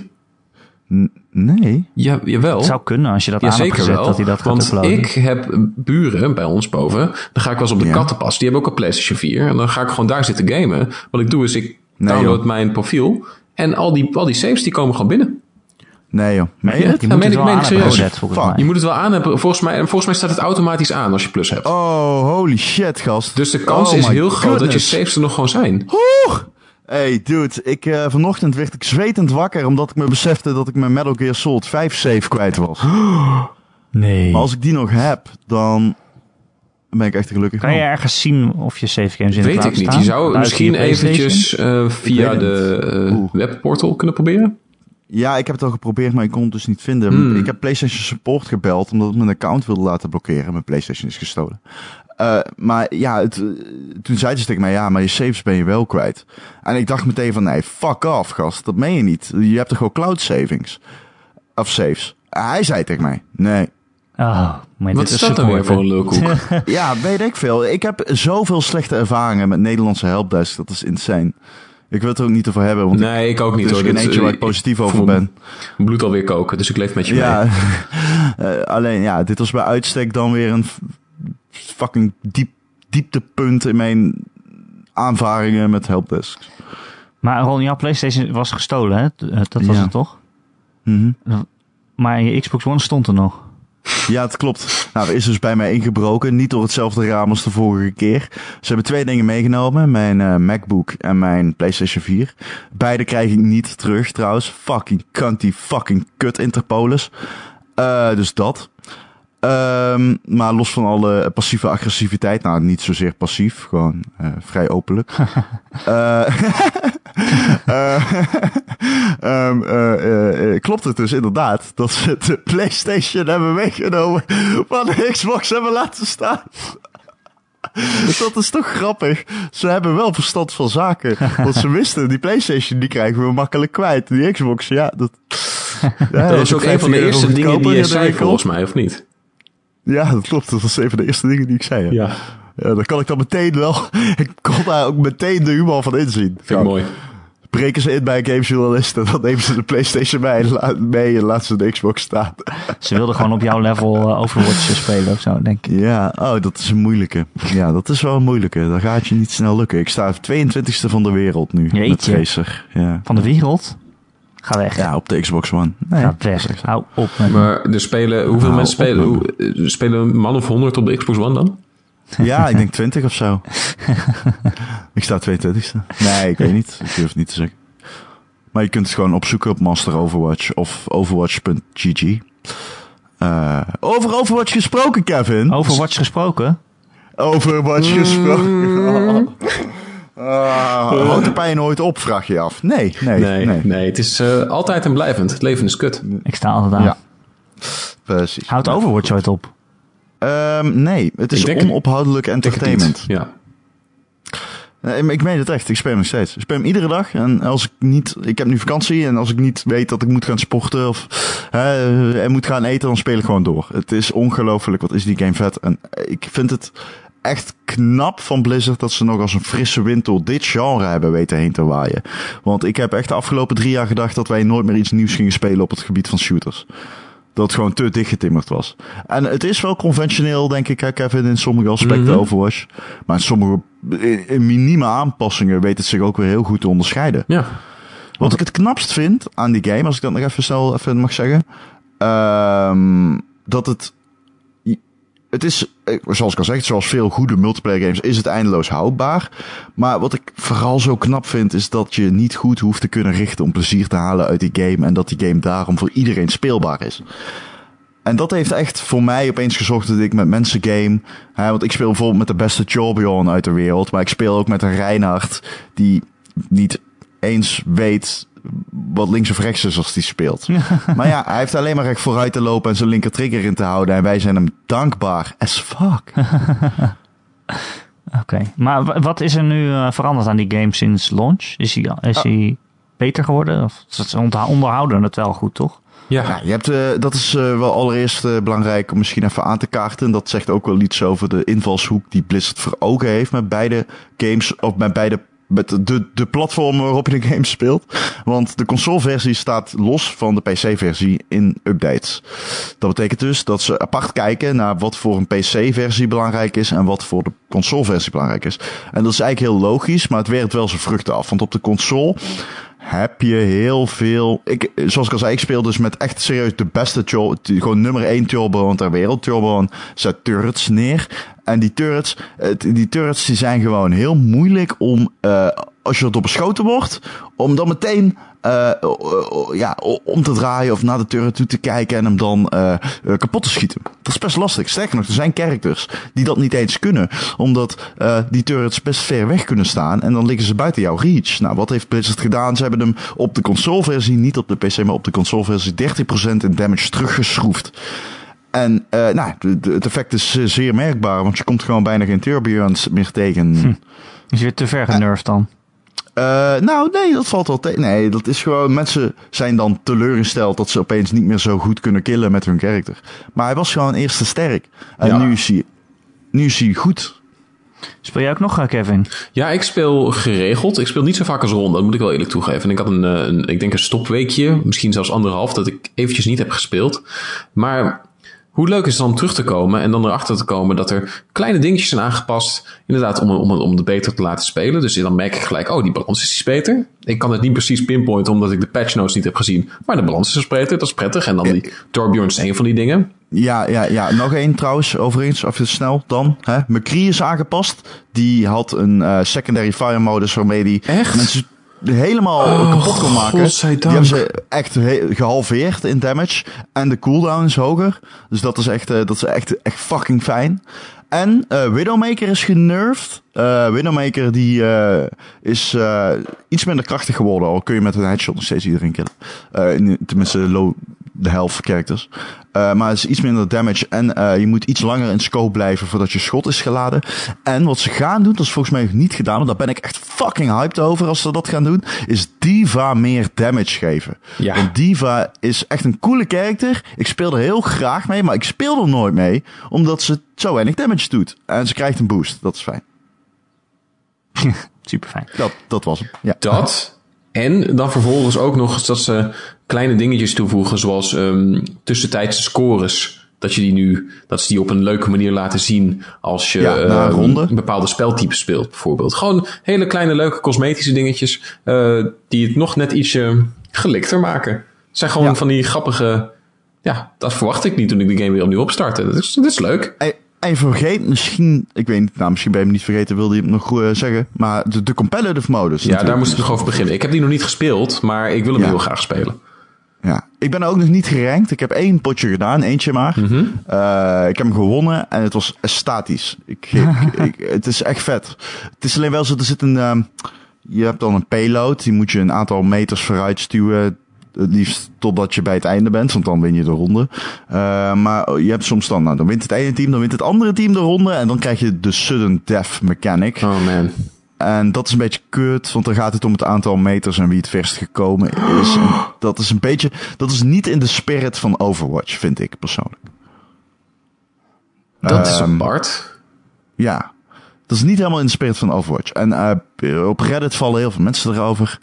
Nee. Ja, jawel. Het zou kunnen als je dat aan hebt gezet, wel, dat hij dat gaat uploaden. Want ik heb buren bij ons boven. Dan ga ik wel eens op de kattenpas. Die hebben ook een PlayStation 4. En dan ga ik gewoon daar zitten gamen. Wat ik doe is ik download mijn profiel. En al die saves die komen gewoon binnen. Nee joh. Je moet het wel aan hebben gezet, volgens mij. Je moet het wel aan hebben. Volgens mij staat het automatisch aan als je Plus hebt. Oh, holy shit, gast. Dus de kans is heel groot dat je saves er nog gewoon zijn. Hey, dude, vanochtend werd ik zwetend wakker omdat ik me besefte dat ik mijn Metal Gear Solid 5 save kwijt was. Nee. Maar als ik die nog heb, dan ben ik echt gelukkig. Kan je ergens zien of je save games in de cloud staan? Weet ik niet. Je zou misschien eventjes via de webportal kunnen proberen. Ja, ik heb het al geprobeerd, maar ik kon het dus niet vinden. Ik heb PlayStation Support gebeld omdat ik mijn account wilde laten blokkeren. Mijn PlayStation is gestolen. Maar ja, toen zeiden ze tegen mij, maar je saves ben je wel kwijt. En ik dacht meteen van, nee, fuck off, gast. Dat meen je niet. Je hebt toch gewoon cloud savings? Of saves? Hij zei tegen mij, nee. Maar wat is dat dan weer voor een lulkoek? Ja, weet ik veel. Ik heb zoveel slechte ervaringen met Nederlandse helpdesk. Dat is insane. Ik wil het er ook niet over hebben. Want nee, ik ook niet hoor. Er is geen eentje waar ik positief over ben. Bloed alweer koken, dus ik leef met je mee. Alleen, dit was bij uitstek dan weer een fucking dieptepunt in mijn aanvaringen met helpdesks. Maar Ron, jouw PlayStation was gestolen, hè? Dat was het toch? Mm-hmm. Maar je Xbox One stond er nog. Ja, het klopt. Nou, er is dus bij mij ingebroken. Niet door hetzelfde raam als de vorige keer. Ze hebben 2 dingen meegenomen. Mijn MacBook en mijn PlayStation 4. Beide krijg ik niet terug trouwens. Fucking cunty, fucking kut Interpolis. Dus dat. Maar los van alle passieve agressiviteit. Nou, niet zozeer passief. Gewoon vrij openlijk. Klopt het dus inderdaad dat ze de PlayStation hebben meegenomen, maar de Xbox hebben laten staan. Dat is toch grappig. Ze hebben wel verstand van zaken. Want ze wisten, die PlayStation die krijgen we makkelijk kwijt. Die Xbox, dat is ook een van de eerste dingen die je zei volgens mij, of niet? Ja, dat klopt. Dat was een van de eerste dingen die ik zei. Ja. Dan kan ik dan meteen wel... Ik kon daar ook meteen de humor van inzien. Vind ik mooi. breken ze in bij een gamesjournalist en dan nemen ze de PlayStation mee en laten ze de Xbox staan. Ze wilden gewoon op jouw level Overwatch spelen of zo, denk ik. Ja, dat is een moeilijke. Ja, dat is wel een moeilijke. Dan gaat je niet snel lukken. Ik sta 22e van de wereld nu. Jeetje. Met Tracer. Ja. Van de wereld? Ga weg. Ja, op de Xbox One. Nee, ga weg. Hou op. Maar er spelen, hoeveel mensen spelen een man of 100 op de Xbox One dan? Ja, ik denk 20 of zo. Ik sta 22e. Nee, ik weet niet. Ik durf het niet te zeggen. Maar je kunt het gewoon opzoeken op Master Overwatch of overwatch.gg. Over Overwatch gesproken, Kevin. Overwatch gesproken? Overwatch gesproken. Houdt de pijn nooit op, vraag je af. Nee. Het is altijd en blijvend. Het leven is kut. Ik sta altijd aan. Ja, precies. Houdt Overwatch ooit op? Nee, het is onophoudelijk entertainment. Ja. Ik meen het echt, ik speel hem nog steeds. Ik speel hem iedere dag en ik heb nu vakantie en als ik niet weet dat ik moet gaan sporten of en moet gaan eten, dan speel ik gewoon door. Het is ongelooflijk, wat is die game vet. En ik vind het echt knap van Blizzard dat ze nog als een frisse wind door dit genre hebben weten heen te waaien. Want ik heb echt de afgelopen 3 jaar gedacht dat wij nooit meer iets nieuws gingen spelen op het gebied van shooters. Dat het gewoon te dichtgetimmerd was. En het is wel conventioneel, denk ik, Kevin, in sommige aspecten Overwatch. Maar in sommige minieme aanpassingen weet het zich ook weer heel goed te onderscheiden. Ja. Wat ik het knapst vind aan die game, als ik dat nog even snel mag zeggen. Dat het is, zoals ik al zeg, zoals veel goede multiplayer games is het eindeloos houdbaar. Maar wat ik vooral zo knap vind, is dat je niet goed hoeft te kunnen richten om plezier te halen uit die game. En dat die game daarom voor iedereen speelbaar is. En dat heeft echt voor mij opeens gezorgd dat ik met mensen game. Want ik speel bijvoorbeeld met de beste Torbjorn uit de wereld. Maar ik speel ook met een Reinhardt die niet eens weet wat links of rechts is als die speelt. Maar ja, hij heeft alleen maar recht vooruit te lopen en zijn linker trigger in te houden. En wij zijn hem dankbaar as fuck. Oké. Maar wat is er nu veranderd aan die game sinds launch? Is hij beter geworden? Of ze onderhouden het wel goed, toch? Ja, je hebt, dat is wel allereerst belangrijk om misschien even aan te kaarten. Dat zegt ook wel iets over de invalshoek die Blizzard voor ogen heeft met beide games, of met de platform waarop je de game speelt. Want de consoleversie staat los van de PC-versie in updates. Dat betekent dus dat ze apart kijken naar wat voor een PC-versie belangrijk is en wat voor de consoleversie belangrijk is. En dat is eigenlijk heel logisch, maar het werkt wel zijn vruchten af. Want op de console heb je heel veel. Zoals ik al zei, ik speel dus met echt serieus de beste gewoon nummer 1 Torbjorn ter wereld. Torbjorn zet turrets neer. En die turrets die zijn gewoon heel moeilijk om, als je erdoor beschoten wordt, om dan meteen om te draaien of naar de turret toe te kijken en hem dan kapot te schieten. Dat is best lastig. Sterker nog, er zijn characters die dat niet eens kunnen, omdat die turrets best ver weg kunnen staan en dan liggen ze buiten jouw reach. Nou, wat heeft Blizzard gedaan? Ze hebben hem op de consoleversie, niet op de PC, maar op de consoleversie 30% in damage teruggeschroefd. En het effect is zeer merkbaar, want je komt gewoon bijna geen Torbjorns meer tegen. Is je weer te ver genervd dan? Nee, dat valt wel tegen. Nee, dat is gewoon, mensen zijn dan teleurgesteld dat ze opeens niet meer zo goed kunnen killen met hun karakter. Maar hij was gewoon eerst te sterk. En nu is hij goed. Speel jij ook nog, Kevin? Ja, ik speel geregeld. Ik speel niet zo vaak als Ron, dat moet ik wel eerlijk toegeven. En ik had een stopweekje, misschien zelfs 1,5, dat ik eventjes niet heb gespeeld. Maar hoe leuk is het dan terug te komen en dan erachter te komen dat er kleine dingetjes zijn aangepast. Inderdaad, om het beter te laten spelen. Dus dan merk ik gelijk, die balans is iets beter. Ik kan het niet precies pinpointen omdat ik de patch notes niet heb gezien. Maar de balans is dus beter, dat is prettig. En dan die Torbjorn is een van die dingen. Ja. Nog één trouwens, overigens, even snel dan. McCree is aangepast. Die had een secondary fire modus waarmee die mensen helemaal kapot kon maken. Godzijdank. Die hebben ze echt gehalveerd in damage. En de cooldown is hoger. Dus dat is echt fucking fijn. En Widowmaker is genervd. Widowmaker die is iets minder krachtig geworden. Al kun je met een headshot nog steeds iedereen killen. Tenminste low de health characters. Maar het is iets minder damage. En je moet iets langer in scope blijven voordat je schot is geladen. En wat ze gaan doen, dat is volgens mij nog niet gedaan. Maar daar ben ik echt fucking hyped over als ze dat gaan doen. Is D.Va meer damage geven. Ja. Want D.Va is echt een coole character. Ik speel er heel graag mee. Maar ik speel er nooit mee. Omdat ze zo weinig damage doet. En ze krijgt een boost. Dat is fijn. Super fijn. Dat was hem. Ja. Dat En dan vervolgens ook nog eens dat ze kleine dingetjes toevoegen, zoals tussentijdse scores. Dat ze die op een leuke manier laten zien als je een bepaalde speltype speelt, bijvoorbeeld. Gewoon hele kleine leuke cosmetische dingetjes die het nog net ietsje gelikter maken. Het zijn gewoon van die grappige... Ja, dat verwacht ik niet toen ik de game weer opnieuw opstartte. Dat is leuk. En vergeet misschien... Ik weet niet, misschien ben je hem niet vergeten, wilde je hem nog zeggen. Maar de competitive modus. Ja, daar moest ik nog over beginnen. Ik heb die nog niet gespeeld, maar ik wil hem heel graag spelen. Ja, ik ben ook nog niet gerankt. Ik heb 1 potje gedaan, eentje maar. Mm-hmm. Ik heb hem gewonnen en het was statisch. Het is echt vet. Het is alleen wel zo, er zit je hebt dan een payload. Die moet je een aantal meters vooruit stuwen. Het liefst totdat je bij het einde bent, want dan win je de ronde. Maar je hebt soms dan wint het ene team, dan wint het andere team de ronde. En dan krijg je de sudden death mechanic. Oh man. En dat is een beetje kut, want dan gaat het om het aantal meters en wie het verst gekomen is. En dat is niet in de spirit van Overwatch, vind ik persoonlijk. Dat is apart. Ja, dat is niet helemaal in de spirit van Overwatch. En op Reddit vallen heel veel mensen erover.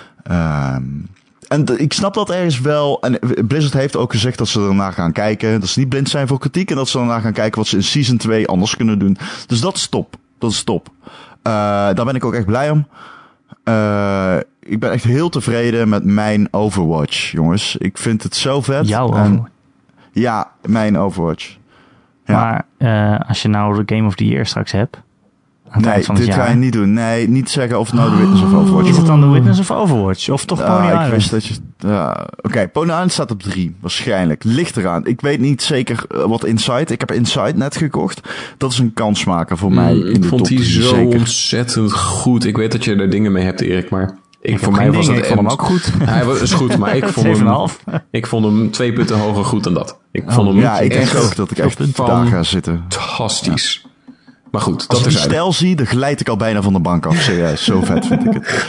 En ik snap dat ergens wel. En Blizzard heeft ook gezegd dat ze ernaar gaan kijken. Dat ze niet blind zijn voor kritiek. En dat ze ernaar gaan kijken wat ze in Season 2 anders kunnen doen. Dus dat is top. Dat is top. Daar ben ik ook echt blij om. Ik ben echt heel tevreden met mijn Overwatch, jongens. Ik vind het zo vet. Jouw Overwatch? Ja, mijn Overwatch. Ja. Maar als je nou de Game of the Year straks hebt... Nee, dit ga je niet doen. Nee, niet zeggen of het nou de Witness of Overwatch is. Het dan de Witness of Overwatch? Of toch Pony Island? Ik wist dat je... Oké, Pony Island staat op 3. Waarschijnlijk. Ligt eraan. Ik weet niet zeker wat Inside... Ik heb Inside net gekocht. Dat is een kansmaker voor mij in de top 3. Ik vond die zo zeker. Ontzettend goed. Ik weet dat je er dingen mee hebt, Erik, maar... Voor mij was het hem ook goed. Hij was goed, maar ik vond hem 2 punten hoger goed dan dat. Ik denk ook dat ik echt daar ga zitten. Fantastisch. Ja. Maar goed, als ik die stijl zie, dan glijd ik al bijna van de bank af. Serieus, zo vet vind ik het.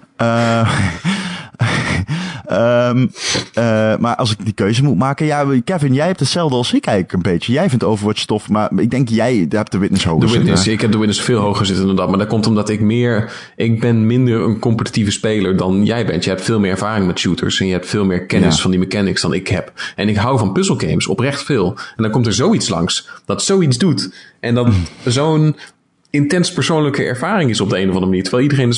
Maar als ik die keuze moet maken... Ja, Kevin, jij hebt hetzelfde als ik eigenlijk een beetje. Jij vindt Overwatch tof, maar ik denk jij hebt de Witness hoger zitten. Ik heb de Witness veel hoger zitten dan dat. Maar dat komt omdat ik ben minder een competitieve speler dan jij bent. Je hebt veel meer ervaring met shooters. En je hebt veel meer kennis van die mechanics dan ik heb. En ik hou van puzzelgames, oprecht veel. En dan komt er zoiets langs dat zoiets doet. En dan zo'n intens persoonlijke ervaring is op de een of andere manier. Terwijl iedereen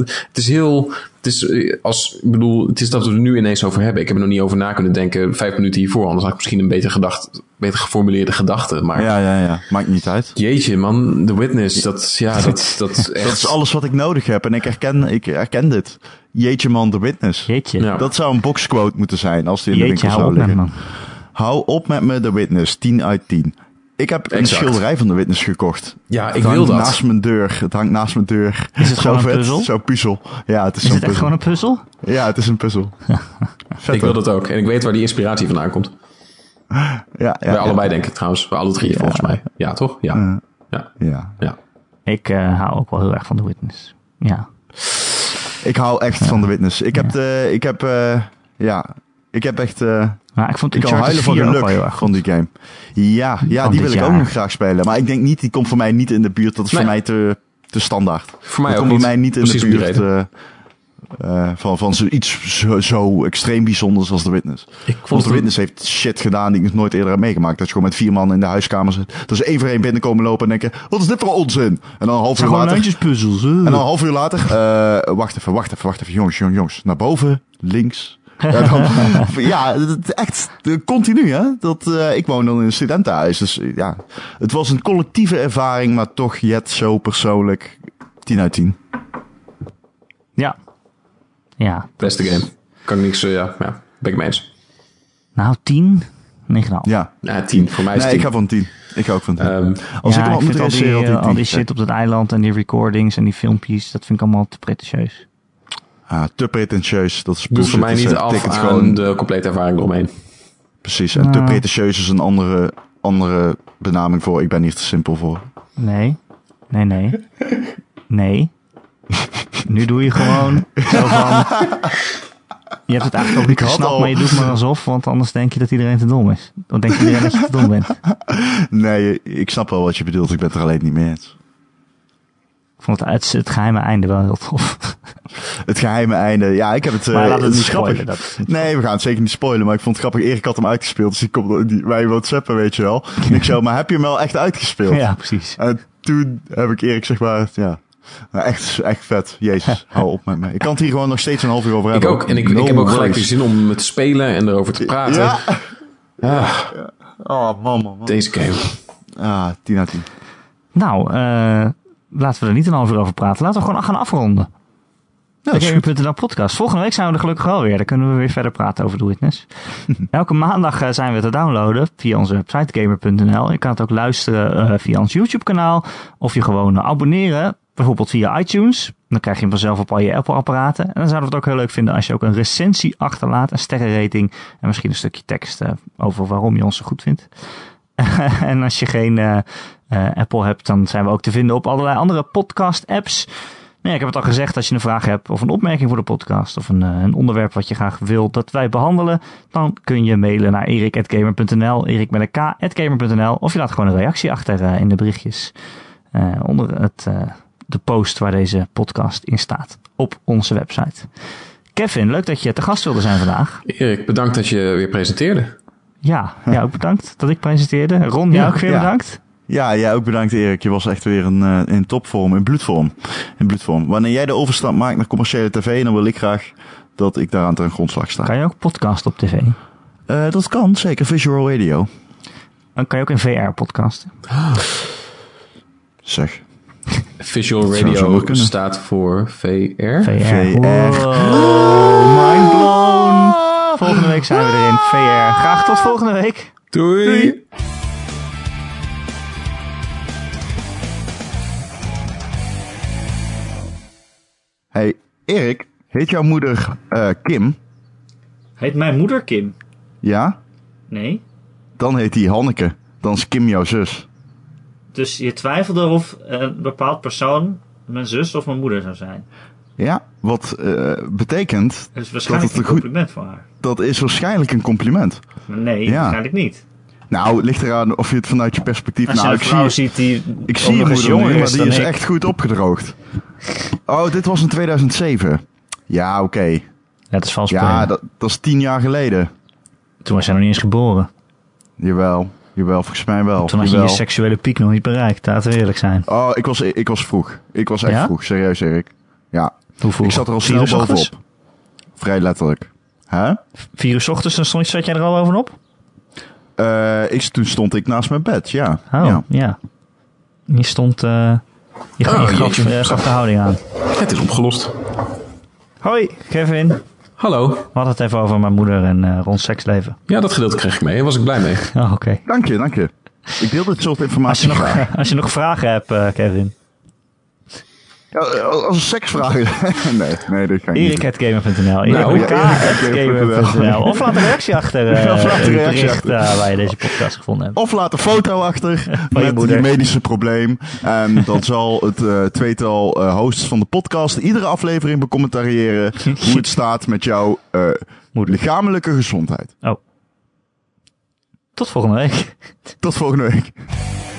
het is dat we er nu ineens over hebben. Ik heb er nog niet over na kunnen denken 5 minuten hiervoor. Anders had ik misschien een beter geformuleerde gedachte. Maar ja. Maakt niet uit. Jeetje, man. The Witness. Dat is alles wat ik nodig heb. En ik herken dit. Jeetje, man. The Witness. Jeetje. Ja. Dat zou een boxquote moeten zijn als die in de winkel zou liggen. Hou op met me, The Witness. 10 uit 10. Ik heb een schilderij van de Witness gekocht. Ja, ik wil dat. Het hangt naast mijn deur. Is het gewoon een puzzel? Zo'n puzzel. Ja, het is het echt gewoon een puzzel? Ja, het is een puzzel. Ik wil dat ook. En ik weet waar die inspiratie vandaan komt. Bij allebei denk ik trouwens. Bij alle 3 volgens mij. Ja, toch? Ja. Ik hou ook wel heel erg van de Witness. Ja. Ik hou echt van de Witness. Ik heb echt... Maar ik vond ik kan huilen van geluk van die game. Ja, die wil ik ook nog graag spelen. Maar ik denk niet, die komt voor mij niet in de buurt. Dat is voor mij te standaard. Voor mij dat ook komt niet. Voor mij niet in de buurt van zoiets zo extreem bijzonders als The Witness. The Witness heeft shit gedaan die ik nog nooit eerder heb meegemaakt. Dat je gewoon met 4 man in de huiskamer zit. Dat ze 1 voor 1 binnenkomen lopen en denken, wat is dit voor onzin? En dan een half uur later... puzzels. En dan een half uur later... Wacht even. Jongens. Naar boven, links... echt continu, hè? Ik woon dan in een studentenhuis. Dus ja, het was een collectieve ervaring, maar toch zo persoonlijk 10 uit 10. Ja. Beste game. Kan ik niks, ben ik mee eens. Nou, 10? 9,5. Ja, 10. Voor mij is 10. Ik ga van 10. Ik ga ook van 10. Als ik vind al die shit op dat eiland en die recordings en die filmpjes, dat vind ik allemaal te pretentieus. Te pretentieus. Dat is doet voor mij niet af aan gewoon de complete ervaring eromheen. Precies. En te pretentieus is een andere benaming voor ik ben hier te simpel voor. Nee. Nu doe je gewoon zo van... Je hebt het eigenlijk ook niet gesnapt, maar je doet maar alsof, want anders denk je dat iedereen te dom is. Dan denkt iedereen dat je te dom bent. Nee, ik snap wel wat je bedoelt. Ik ben het er alleen niet mee eens. Ik vond het geheime einde wel heel tof. Het geheime einde. Ja, ik heb het... Maar laten we het niet grappig. spoilen. Nee, we gaan het zeker niet spoilen. Maar ik vond het grappig. Erik had hem uitgespeeld. Dus die komt bij WhatsAppen, weet je wel. En ik zo, maar heb je hem wel echt uitgespeeld? Ja, precies. En toen heb ik Erik zeg maar... Ja, echt vet. Jezus, hou op met mij. Ik kan het hier gewoon nog steeds een half uur over hebben. Ik ook. En ik heb ook gelijk weer zin om het te spelen en erover te praten. Ja. Ja. Oh, man. Deze game. Ah, 10 uit 10. Nou, laten we er niet een half uur over praten. Laten we gewoon gaan afronden. Ja, de Gamer.nl podcast. Volgende week zijn we er gelukkig wel weer. Dan kunnen we weer verder praten over The Witness. Elke maandag zijn we te downloaden via onze website Gamer.nl. Je kan het ook luisteren via ons YouTube kanaal. Of je gewoon abonneren. Bijvoorbeeld via iTunes. Dan krijg je hem vanzelf op al je Apple apparaten. En dan zouden we het ook heel leuk vinden als je ook een recensie achterlaat. Een sterrenrating. En misschien een stukje tekst over waarom je ons zo goed vindt. En als je geen Apple hebt, dan zijn we ook te vinden op allerlei andere podcast apps. Nou ja, ik heb het al gezegd, als je een vraag hebt of een opmerking voor de podcast of een onderwerp wat je graag wilt dat wij behandelen, dan kun je mailen naar erik@gamer.nl, Erik met een k@gamer.nl, of je laat gewoon een reactie achter in de berichtjes onder de post waar deze podcast in staat op onze website. Kevin, leuk dat je te gast wilde zijn vandaag. Erik, bedankt dat je weer presenteerde. Ja, ook bedankt dat ik presenteerde. Ron, jij ook weer bedankt. Ja, jij ook bedankt Erik. Je was echt weer in topvorm, in bloedvorm. Wanneer jij de overstap maakt naar commerciële tv, dan wil ik graag dat ik daar aan ten grondslag sta. Kan je ook podcast op tv? Dat kan, zeker. Visual radio. Dan kan je ook in VR podcasten. Zeg. Visual radio staat voor VR? VR. Wow, mind blown. Volgende week zijn we er in VR. Graag tot volgende week. Doei. Hey, Erik, heet jouw moeder Kim? Heet mijn moeder Kim? Ja? Nee. Dan heet die Hanneke. Dan is Kim jouw zus. Dus je twijfelde of een bepaald persoon mijn zus of mijn moeder zou zijn? Ja, wat betekent... Dat is waarschijnlijk een compliment voor haar. Dat is waarschijnlijk een compliment. Nee, waarschijnlijk niet. Nou, het ligt eraan of je het vanuit je perspectief... Als je een vrouw ziet die... Ik zie je moeder nu, maar die is echt goed opgedroogd. Oh, dit was in 2007. Ja, oké. Ja, dat is vals. Ja, dat is 10 jaar geleden. Toen was jij nog niet eens geboren. Jawel, volgens mij wel. Toen had je je seksuele piek nog niet bereikt, laten we eerlijk zijn. Oh, ik was vroeg. Ik was echt vroeg, serieus Erik. Ja. Hoe vroeg? Ik zat er al snel bovenop. Vrij letterlijk. Huh? 4 uur 's ochtends, dan zat jij er al bovenop? Toen stond ik naast mijn bed, ja. Oh, ja. Je stond... Je gaf de houding aan. Het is opgelost. Hoi, Kevin. Hallo. We hadden het even over mijn moeder en Ron's seksleven. Ja, dat gedeelte kreeg ik mee. Daar was ik blij mee. Oh, oké. Dank je. Ik deel dit soort informatie graag. Als je nog vragen hebt, Kevin. Ja, als een seksvraag. nee, dat kan niet. Erik@gamer.nl. Erik@gamer.nl. Of laat een reactie achter het bericht waar je deze podcast gevonden hebt. Of laat een foto achter met je medische probleem. En dan zal het tweetal hosts van de podcast iedere aflevering becommentariëren hoe het staat met jouw lichamelijke gezondheid. Oh. Tot volgende week. Tot volgende week.